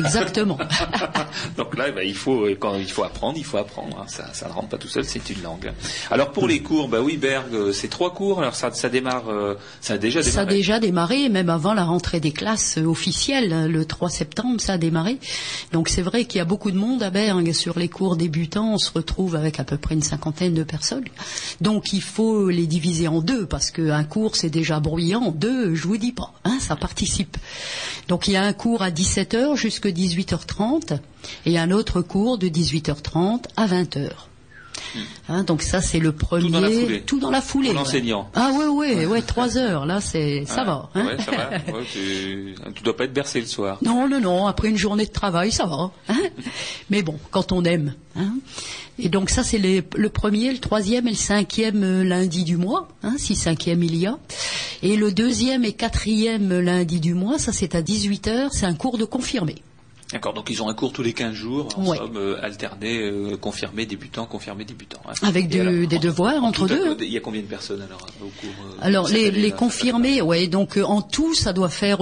Donc là, quand il faut apprendre, hein. Ça ne rentre pas tout seul, c'est une langue. Alors pour les cours, oui, Berg, c'est 3 cours. Alors ça démarre, ça a déjà démarré. Ça a déjà démarré, même avant la rentrée des classes officielles, le 3 septembre, ça a démarré. Donc c'est vrai qu'il y a beaucoup de monde à Berg sur les cours débutants. On se retrouve avec à peu près une 50aine de personnes. Donc il faut les diviser en 2 parce qu'un cours c'est déjà bruyant. 2, je vous dis pas, hein, ça participe. Donc il y a un cours à 17h jusqu'à 18h30 et un autre cours de 18h30 à 20h. Hein, donc ça c'est le premier. Tout dans la foulée. Pour l'enseignant. Ah ouais, 3 heures, là ça va. Hein. Ouais, ça va. Ouais, tu dois pas être bercé le soir. Non, après une journée de travail, ça va. Hein. Mais bon, quand on aime. Hein. Et donc ça c'est le premier, le 3e et le 5e lundi du mois, hein, si 5e il y a. Et le 2e et 4e lundi du mois, ça c'est à 18h, c'est un cours de confirmé. D'accord, donc ils ont un cours tous les 15 jours, en somme, alterné, confirmé, débutant. Hein. Avec des devoirs entre deux. Hein. Il y a combien de personnes alors au cours Alors les confirmés, donc en tout ça doit faire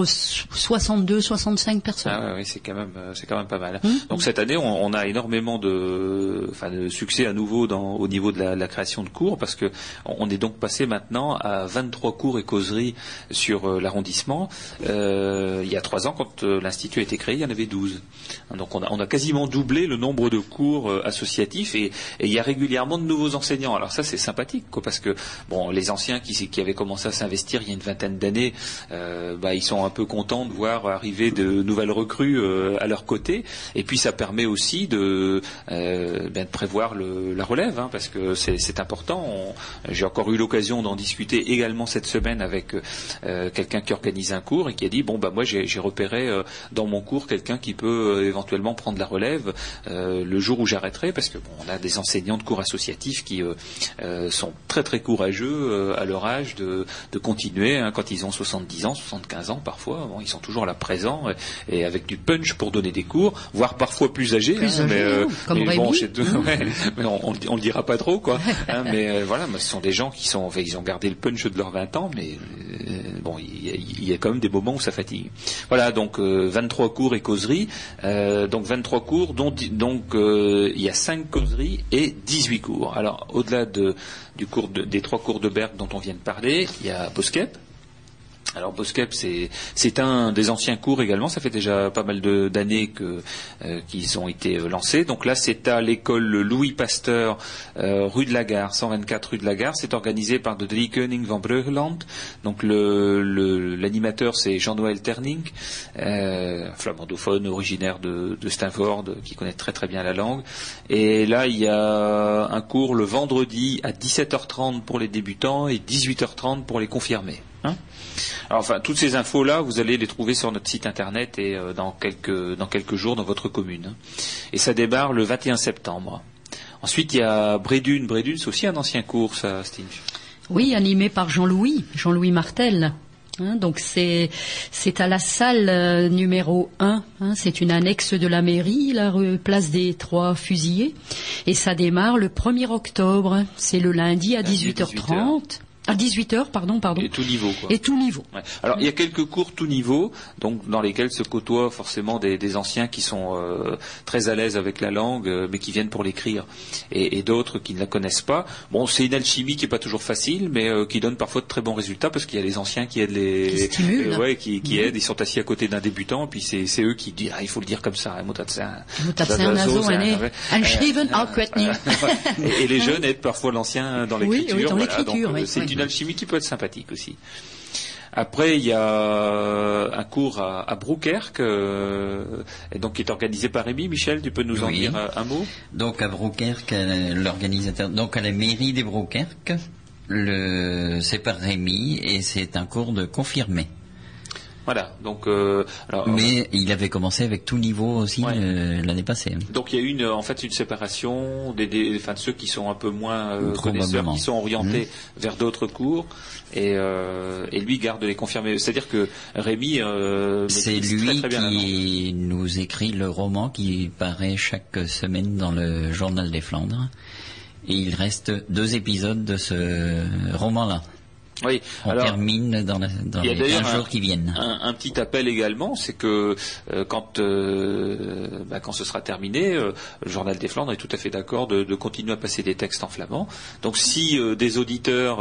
62-65 personnes. Ah oui, c'est quand même pas mal. Donc cette année on a énormément de succès à nouveau au niveau de la création de cours parce que on est donc passé maintenant à 23 cours et causeries sur l'arrondissement. Il y a 3 ans quand l'institut a été créé, il y en avait 12. Donc on a quasiment doublé le nombre de cours associatifs et il y a régulièrement de nouveaux enseignants. Alors ça c'est sympathique parce que les anciens qui avaient commencé à s'investir il y a une 20aine d'années, ils sont un peu contents de voir arriver de nouvelles recrues à leur côté. Et puis ça permet aussi de prévoir la relève, hein, parce que c'est important. J'ai encore eu l'occasion d'en discuter également cette semaine avec quelqu'un qui organise un cours et qui a dit moi j'ai repéré dans mon cours quelqu'un qui peut éventuellement prendre la relève le jour où j'arrêterai, parce que on a des enseignants de cours associatifs qui sont très très courageux à leur âge de continuer, hein, quand ils ont 70 ans, 75 ans parfois, ils sont toujours là présents et avec du punch pour donner des cours, voire parfois plus âgés, comme Rémi. Mais on le dira pas trop, quoi. Hein, mais voilà, ce sont des gens ils ont gardé le punch de leurs 20 ans, mais il y a quand même des moments où ça fatigue. Voilà, donc 23 cours et causeries, donc 23 cours, dont il y a 5 causeries et 18 cours. Alors au-delà des 3 cours de Berg dont on vient de parler, il y a Boskep. Alors Boskep, c'est un des anciens cours également. Ça fait déjà pas mal d'années qu'ils ont été lancés. Donc là, c'est à l'école Louis Pasteur, rue de la Gare, 124 rue de la Gare. C'est organisé par de Drie Koning van Breugeland. Donc l'animateur, c'est Jean-Noël Terning, flamandophone, originaire de Steinfort, qui connaît très très bien la langue. Et là, il y a un cours le vendredi à 17h30 pour les débutants et 18h30 pour les confirmés. Alors, enfin, toutes ces infos-là, vous allez les trouver sur notre site internet et dans quelques jours dans votre commune. Et ça démarre le 21 septembre. Ensuite, il y a Brédune. Brédune, c'est aussi un ancien cours, ça, Stine. Oui, animé par Jean-Louis Martel. Donc c'est à la salle numéro 1. C'est une annexe de la mairie, la place des 3 Fusillés. Et ça démarre le 1er octobre. C'est le lundi à 18h30. À 18h, pardon. Et tout niveau, quoi. Et tout niveau. Ouais. Alors, il y a quelques cours tout niveau, donc dans lesquels se côtoient forcément des anciens qui sont très à l'aise avec la langue, mais qui viennent pour l'écrire, et d'autres qui ne la connaissent pas. Bon, c'est une alchimie qui est pas toujours facile, mais qui donne parfois de très bons résultats, parce qu'il y a les anciens qui aident qui stimulent. Qui aident. Ils sont assis à côté d'un débutant, puis c'est eux qui disent, il faut le dire comme ça. Et les jeunes aident parfois l'ancien dans l'écriture. Oui, dans l'écriture. C'est une alchimie qui peut être sympathique aussi. Après, il y a un cours à Brouwerk, et donc qui est organisé par Rémi. Michel, tu peux nous en dire un mot? Donc à Brouwerk, l'organisateur, donc à la mairie des Brouwerk, c'est par Rémi et c'est un cours de confirmé. Voilà, donc mais il avait commencé avec tout niveau aussi l'année passée. Donc il y a une séparation de ceux qui sont un peu moins connaisseurs, qui sont orientés vers d'autres cours, et lui garde les confirmés. C'est-à-dire que Rémi c'est lui très bien qui nous écrit le roman qui paraît chaque semaine dans le Journal des Flandres, et il reste 2 épisodes de ce roman-là. Oui, on termine dans les 15 jours qui viennent. Un petit appel également, c'est que quand ce sera terminé, le Journal des Flandres est tout à fait d'accord de continuer à passer des textes en flamand. Donc si des auditeurs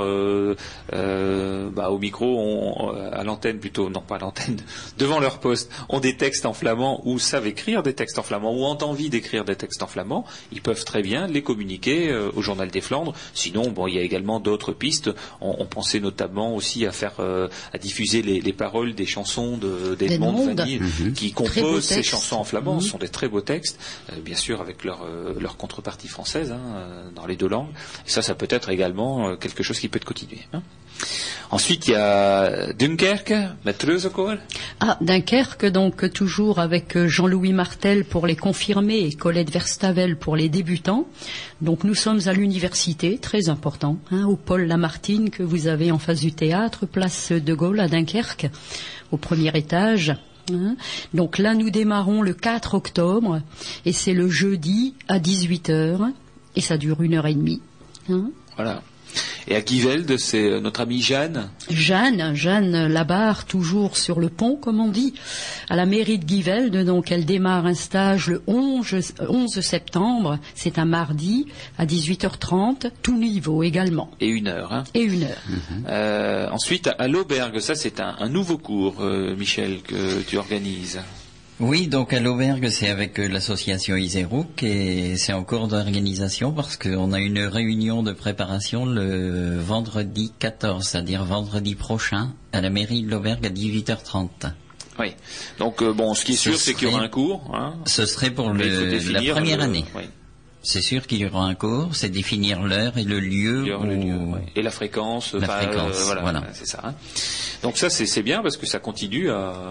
au micro, à l'antenne plutôt, non pas à l'antenne, devant leur poste, ont des textes en flamand ou savent écrire des textes en flamand ou ont envie d'écrire des textes en flamand, ils peuvent très bien les communiquer au Journal des Flandres. Sinon, il y a également d'autres pistes. On pensait notamment aussi à diffuser les paroles des chansons d'Edmond Vanny, qui compose ces chansons en flamand. Ce sont des très beaux textes, bien sûr avec leur contrepartie française dans les 2 langues. Et ça peut être également quelque chose qui peut être continué. Ensuite, il y a Dunkerque, Matreusekoor. Dunkerque, donc toujours avec Jean-Louis Martel pour les confirmés et Colette Verstavel pour les débutants. Donc nous sommes à l'université, très important, au Paul Lamartine que vous avez en face du théâtre, place de Gaulle à Dunkerque, au 1er étage. Donc là, nous démarrons le 4 octobre et c'est le jeudi à 18h et ça dure 1h30. Voilà. Et à Givelde, c'est notre amie Jeanne Labarre, toujours sur le pont, comme on dit, à la mairie de Givelde. Donc elle démarre un stage le 11 septembre, c'est un mardi, à 18h30, tout niveau également. Et 1h. Et 1h. Ensuite, à l'Auberge, ça c'est un nouveau cours, Michel, que tu organises. Oui, donc à l'Auberge, c'est avec l'association Iserouk et c'est en cours d'organisation parce qu'on a une réunion de préparation le vendredi 14, c'est-à-dire vendredi prochain, à la mairie de l'Auberge à 18h30. Oui, donc ce qui est sûr, c'est qu'il y aura un cours. Ce serait pour la première année. Oui. C'est sûr qu'il y aura un cours, c'est définir l'heure et le lieu. Et la fréquence. Voilà. C'est ça. Donc ça, c'est bien parce que ça continue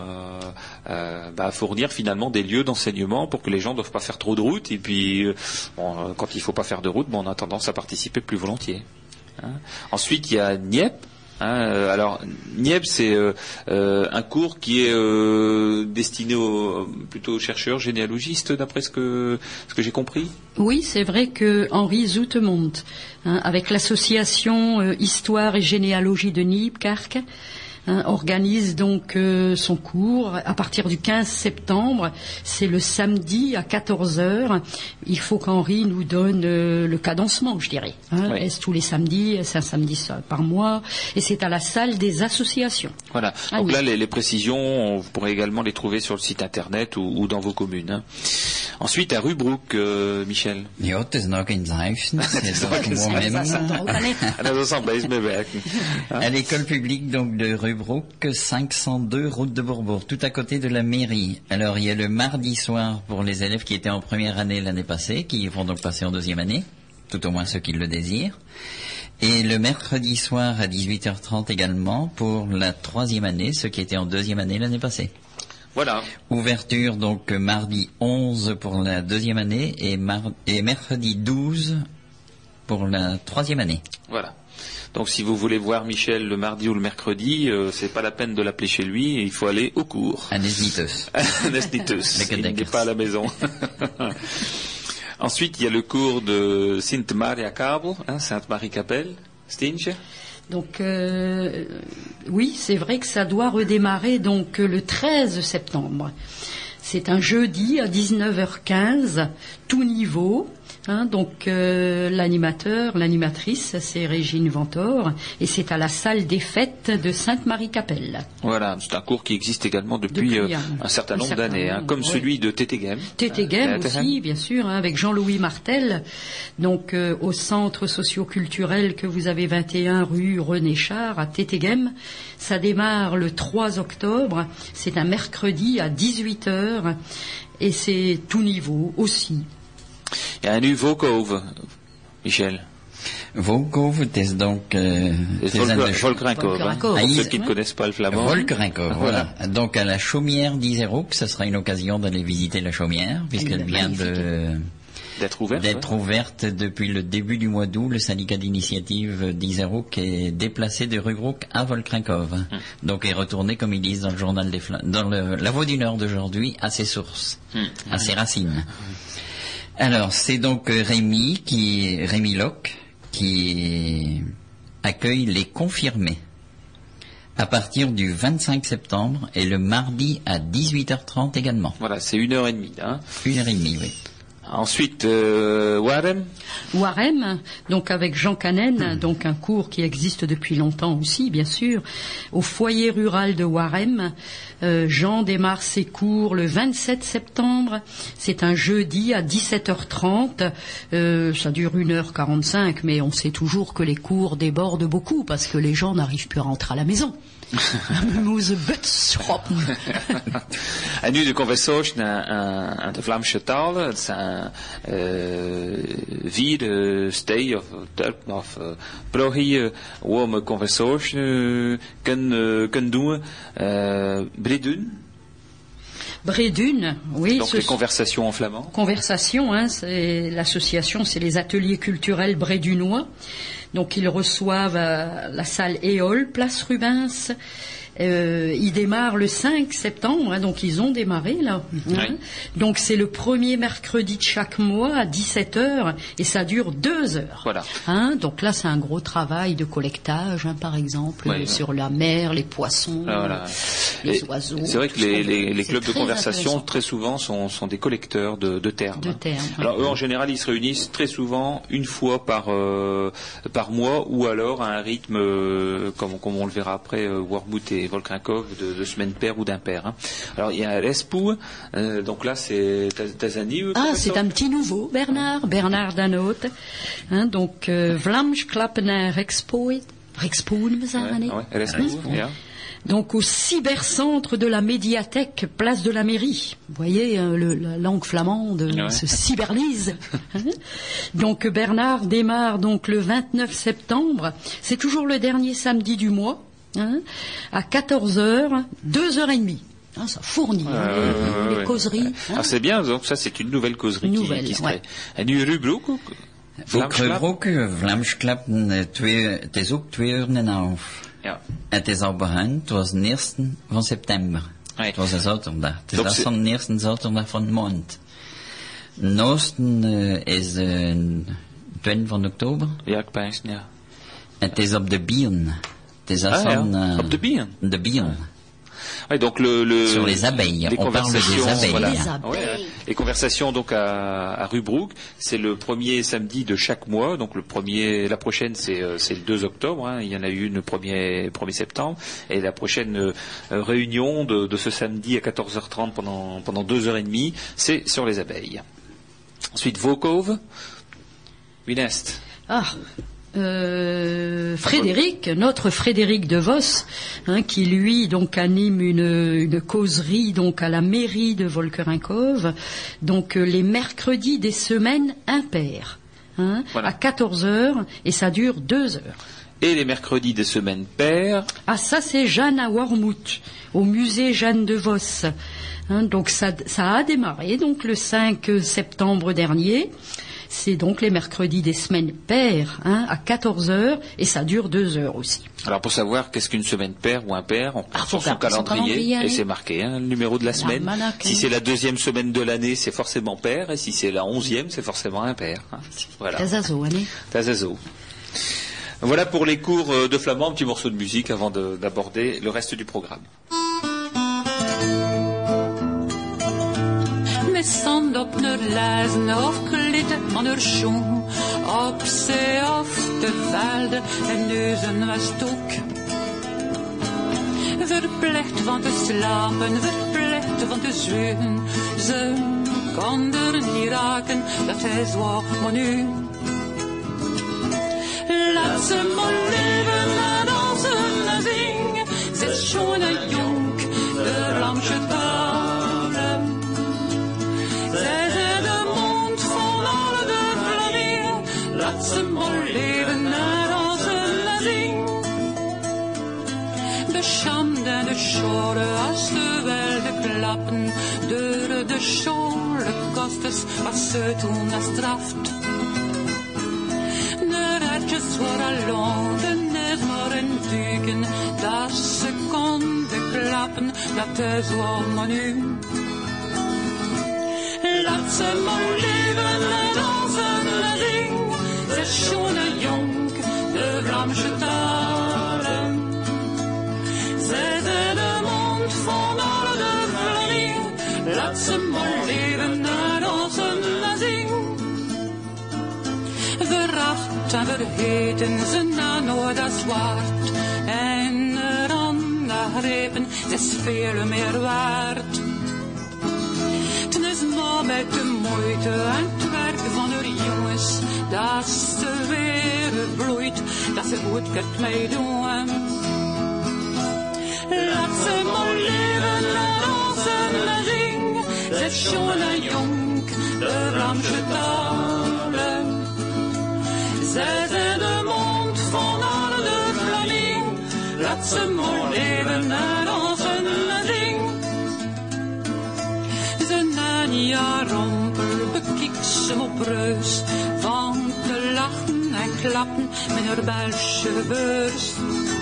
à fournir finalement des lieux d'enseignement pour que les gens ne doivent pas faire trop de route. Et puis, quand il ne faut pas faire de route, on a tendance à participer plus volontiers. Ensuite, il y a Niep. Alors Niep, c'est un cours qui est destiné plutôt aux chercheurs généalogistes, d'après ce que j'ai compris. Oui, c'est vrai que Henri Zoetemonde, avec l'association Histoire et généalogie de Nieuwkerk, organise donc son cours à partir du 15 septembre. C'est le samedi à 14h. Il faut qu'Henri nous donne le cadencement, je dirais. Oui. Est-ce tous les samedis, c'est un samedi par mois, et c'est à la salle des associations. Voilà. Ah Donc oui. là, les précisions, vous pourrez également les trouver sur le site internet ou dans vos communes. Hein. Ensuite, à Rubruck, Michel. Ja, het is nog in Zeifsen. C'est donc moi-même. À la Assemblée, mais À l'école publique donc de Rubruck, 502 route de Bourbourg, tout à côté de la mairie. Alors il y a le mardi soir pour les élèves qui étaient en première année l'année passée, qui vont donc passer en deuxième année, tout au moins ceux qui le désirent. Et le mercredi soir à 18h30 également pour la troisième année, ceux qui étaient en deuxième année l'année passée. Voilà. Ouverture donc mardi 11 pour la deuxième année et mercredi 12 pour la troisième année. Voilà. Donc si vous voulez voir Michel le mardi ou le mercredi, c'est pas la peine de l'appeler chez lui, il faut aller au cours. À Nesnitus. Nesnitus. Il n'est pas à la maison. Ensuite, il y a le cours de Sint Maria Kabel, Sainte-Marie-Capelle. Stientje. Donc oui, c'est vrai que ça doit redémarrer donc le 13 septembre. C'est un jeudi à 19h15, tout niveau. Donc l'animatrice, c'est Régine Ventor, et c'est à la salle des fêtes de Sainte-Marie-Capelle. Voilà, c'est un cours qui existe également depuis un certain nombre d'années, comme celui de Tétéghem. Tétéghem aussi, bien sûr, avec Jean-Louis Martel, donc au centre socio-culturel que vous avez 21 rue René Char à Tétéghem. Ça démarre le 3 octobre, c'est un mercredi à 18h, et c'est tout niveau aussi. Ja, en nu Volkove, Michel. Volkove, het is donc... Volkerinkove, pour ceux qui ne connaissent pas le flamand. Volkerinkove, voilà. Donc à la Chaumière d'Iserouk, ce sera une occasion d'aller visiter la Chaumière, puisqu'elle vient d'être ouverte depuis le début du mois d'août. Le syndicat d'initiative d'Iserouk est déplacé de Rubruck à Volkerinkove. Donc est retourné, comme ils disent dans le journal dans la Voix du Nord d'aujourd'hui, à ses sources, à ses racines. Alors, c'est donc Rémi Locke qui accueille les confirmés à partir du 25 septembre et le mardi à 18h30 également. Voilà, c'est 1h30. 1h30, oui. Ensuite, Warem. Warem, donc avec Jean Canen, donc un cours qui existe depuis longtemps aussi, bien sûr, au foyer rural de Warem. Jean démarre ses cours le 27 septembre. C'est un jeudi à 17h30. Ça dure 1h45, mais on sait toujours que les cours débordent beaucoup parce que les gens n'arrivent plus à rentrer à la maison. En nu de conversation aan de Vlaamse taal. Het zijn vier steden of progie waar we conversation kunnen doen. Bredun. Bredun, oui. Donc les conversations en flamand. Conversation, c'est l'association, c'est les ateliers culturels brédunois. Donc ils reçoivent la salle Éole, place Rubens. Ils démarrent le 5 septembre, donc ils ont démarré là. Oui. Donc c'est le premier mercredi de chaque mois à 17h et ça dure 2 heures. Voilà. Donc là c'est un gros travail de collectage, par exemple, sur la mer, les poissons, les oiseaux. C'est vrai que les clubs de conversation très souvent sont des collecteurs de termes. Alors eux en général ils se réunissent très souvent une fois par mois ou alors à un rythme comme on le verra après Wormwood et Volkerinkove de semaine paire ou d'impair. Alors il y a Respoe, donc là c'est Tazani. C'est un petit nouveau, Bernard Danoot. Donc Vlaams Klappenaar Rexpoe, we zeggen. Donc au cybercentre de la médiathèque, place de la mairie. Vous voyez, la langue flamande se cyberlise. Donc Bernard démarre donc le 29 septembre. C'est toujours le dernier samedi du mois. À 14h, 2h30. Ça fournit les causeries. Alors c'est bien, donc ça c'est une nouvelle causerie qui se crée. En nu Rubruck ook? Rubruck, Vlaams Klappen, het is ook 2:30. Ja. Het is al begonnen, het was de 1e van september. Het was een zaterdag. Het is van de 1e zaterdag van de maand. De oosten is de 20 van oktober. Ja, ik pijs, ja. Het is op de Bieren. des affaires op de bieren. De bieren. Ouais, donc sur les abeilles. On parle des abeilles. Voilà. Les abeilles. Ouais, les conversations donc à Rubruck, c'est le premier samedi de chaque mois. Donc la prochaine c'est le 2 octobre. Hein. Il y en a eu une le 1er septembre, et la prochaine réunion de ce samedi à 14h30 pendant 2h30, c'est sur les abeilles. Ensuite Vaucove, Winest. Frédéric, notre Frédéric de Vos, qui lui donc anime une causerie donc à la mairie de Volkerinkov, donc les mercredis des semaines impaires, Voilà. à 14h, et ça dure 2 heures. Et les mercredis des semaines paires. Ah, ça c'est Jeanne à Wormhout, au musée Jeanne de Vos. Donc ça a démarré donc le 5 septembre dernier. C'est donc les mercredis des semaines paires, à 14h, et ça dure 2 heures aussi. Alors pour savoir qu'est-ce qu'une semaine paire ou impair, on prend sur son regarder son calendrier, calendrier, et c'est marqué le numéro de la semaine. Almanach, Si c'est la 2e semaine de l'année, c'est forcément pair, et si c'est la 11e, c'est forcément impair. Voilà. Tazazo, Tazazo. Voilà pour les cours de flamand, un petit morceau de musique avant d'aborder le reste du programme. Stand op naar lijzen of klitten van haar schoen. Op zee of de velden en neuzen was ook. Verplicht van te slapen, verplicht van te zweugen. Ze kon er niet raken, dat is wat maar nu. Laat ze maar leven en dansen en zingen. Ze is schoon en jong, de Vlaamse taal. Zij zijn de mond van alle de Vlamingen. Laat ze maar leven en dansen en zingen. De schande en de schoren als de wilde klappen. Door de schorenkosters als ze toen gestraft. De ratjes waren lang, de net maar in duiken. Dat ze konden klappen, dat is wat maar nu. Laat ze maar leven en dansen en zingen. Ze is schoon en jong, de Vlaamse talen. Zij zijn de mond van alle de Vlamingen. Laat ze maar leven en dansen en zingen. Veracht en vergeten ze na nooit dat zwaard. En eraan grepen, ze is veel meer waard. Het is maar met de moeite en het werk van haar jongens, dat ze weer bloeit, dat ze goed kunt meedoen. Laat ze maar leven en dansen en zingen, ze is schoon en jong, de Vlaamse talen. Zij zijn de mond van alle de Vlamingen, laat ze maar leven en dansen en zingen. Ja, rompel, bekiek ze op reus, van te lachen en klappen met haar Belgische beurs.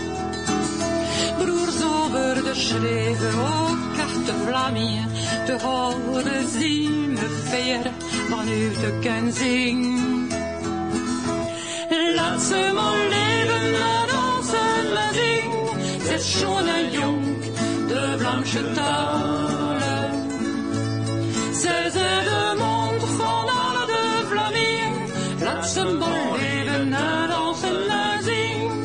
Broers over de schreven, ook echt de Vlamingen, te horen zien me veer van u te kunnen zingen. Laat ze maar leven en dansen en zingen, ze is schoon en jong, de Vlaamse talen. Zij zijn de mond van alle de Vlamingen. Laat ze maar leven en dansen en zingen.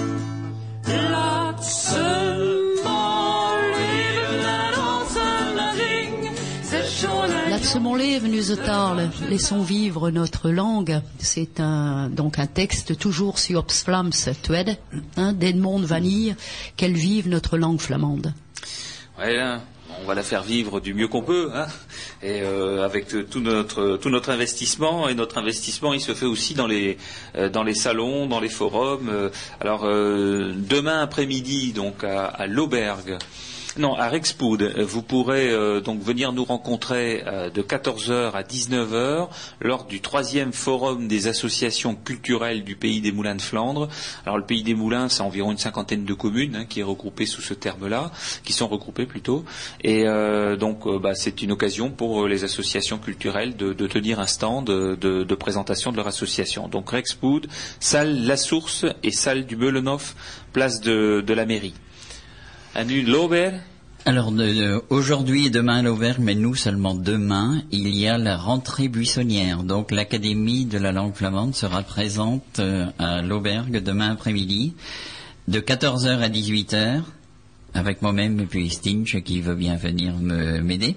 Laat ze maar leven en dansen en zingen. Laat ze maar leven, onze talen. Laissons vivre notre langue. C'est donc un texte toujours sur Ops Vlaams Tweede, d'Edmond Vanille, qu'elle vive notre langue flamande. Ouais, on va la faire vivre du mieux qu'on peut, et avec tout notre investissement, et notre investissement il se fait aussi dans les salons, dans les forums. Alors demain après-midi donc à l'Auberge, Non, à Rexpoud, vous pourrez donc venir nous rencontrer de 14h à 19h lors du 3e forum des associations culturelles du Pays des Moulins de Flandre. Alors le Pays des Moulins, c'est environ une 50aine de communes qui est regroupée sous ce terme-là, qui sont regroupées plutôt. Et c'est une occasion pour les associations culturelles de tenir un stand de présentation de leur association. Donc Rexpoud, salle La Source et salle du Meulenhof, place de la mairie. À nu l'Aubert. Alors aujourd'hui et demain à l'Auvergne, mais nous seulement demain, il y a la rentrée buissonnière. Donc l'Académie de la langue flamande sera présente à l'Auberge demain après-midi, de 14h à 18h, avec moi-même et puis Stinch qui veut bien venir m'aider.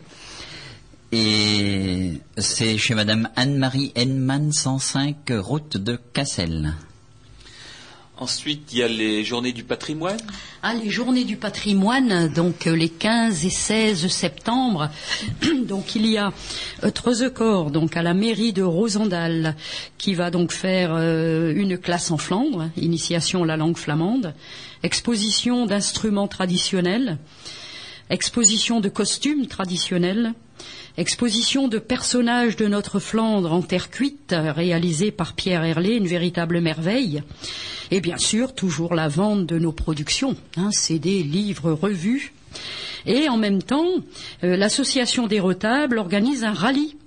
Et c'est chez Madame Anne-Marie Hennemann, 105 route de Cassel. Ensuite, il y a les journées du patrimoine. Les journées du patrimoine, donc les 15 et 16 septembre. Donc il y a Treuzecor, donc à la mairie de Rosendal, qui va donc faire une classe en Flandre, initiation à la langue flamande, exposition d'instruments traditionnels, exposition de costumes traditionnels, exposition de personnages de notre Flandre en terre cuite, réalisée par Pierre Herlé, une véritable merveille. Et bien sûr, toujours la vente de nos productions, CD, livres, revues. Et en même temps, l'association des Retables organise un rallye.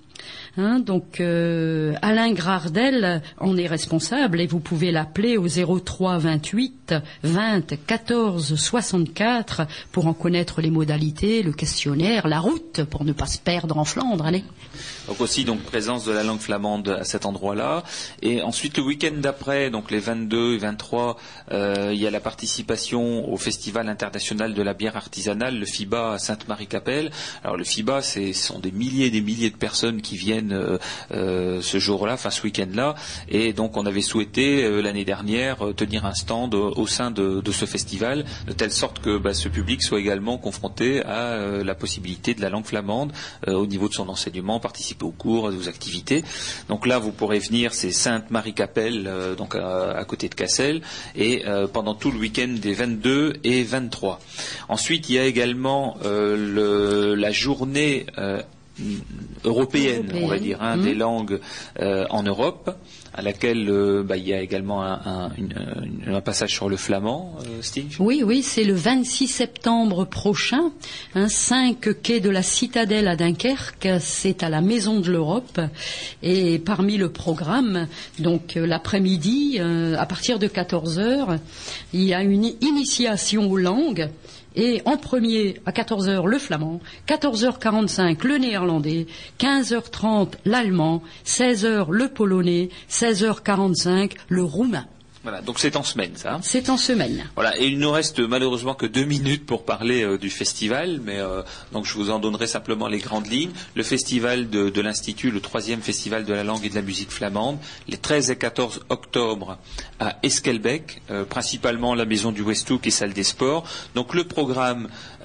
Alain Grardel en est responsable et vous pouvez l'appeler au 03 28 20 14 64 pour en connaître les modalités, le questionnaire, la route pour ne pas se perdre en Flandre. Allez. Donc aussi présence de la langue flamande à cet endroit-là. Et ensuite le week-end d'après, donc les 22 et 23, il y a la participation au Festival international de la bière artisanale, le FIBA à Sainte-Marie-Capelle. Alors le FIBA, ce sont des milliers et des milliers de personnes qui viennent ce jour-là, ce week-end-là, et donc on avait souhaité l'année dernière tenir un stand au sein de ce festival, de telle sorte que ce public soit également confronté à la possibilité de la langue flamande au niveau de son enseignement, participer aux cours, aux activités. Donc là, vous pourrez venir, c'est Sainte-Marie-Capelle, donc à côté de Cassel, et pendant tout le week-end des 22 et 23. Ensuite, il y a également la journée européenne, on va dire, des langues en Europe, à laquelle il y a également un passage sur le flamand, Steve. Oui, c'est le 26 septembre prochain, 5 quai de la Citadelle à Dunkerque, c'est à la Maison de l'Europe, et parmi le programme, donc l'après-midi, à partir de 14h, il y a une initiation aux langues. Et en premier, à 14h, le flamand, 14h45, le néerlandais, 15h30, l'allemand, 16h, le polonais, 16h45, le roumain. Voilà, donc c'est en semaine, ça. C'est en semaine. Voilà, et il nous reste malheureusement que 2 minutes pour parler du festival, mais donc je vous en donnerai simplement les grandes lignes. Le festival de l'Institut, le 3e festival de la langue et de la musique flamande, les 13 et 14 octobre à Esquelbec, principalement la maison du Westhoek et salle des sports. Donc le programme,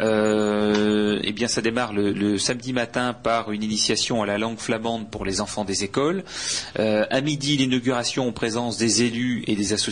ça démarre le samedi matin par une initiation à la langue flamande pour les enfants des écoles. À midi, l'inauguration en présence des élus et des associatifs.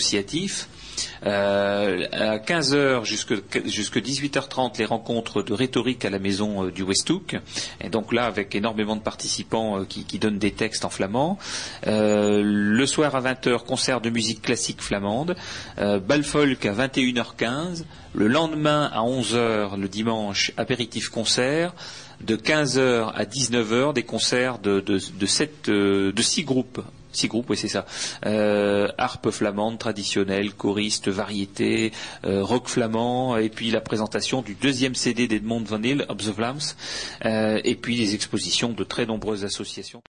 À 15h jusqu'à 18h30, les rencontres de rhétorique à la maison du Westhoek. Et donc là, avec énormément de participants qui donnent des textes en flamand. Le soir à 20h, concert de musique classique flamande. Balfolk à 21h15. Le lendemain à 11h, le dimanche, apéritif concert. De 15h à 19h, des concerts de 6 groupes. 6 groupes, oui, c'est ça. Harpe flamande traditionnelle, choriste, variété, rock flamand, et puis la présentation du 2e CD d'Edmond Van Hill, Op the Vlaams, et puis les expositions de très nombreuses associations.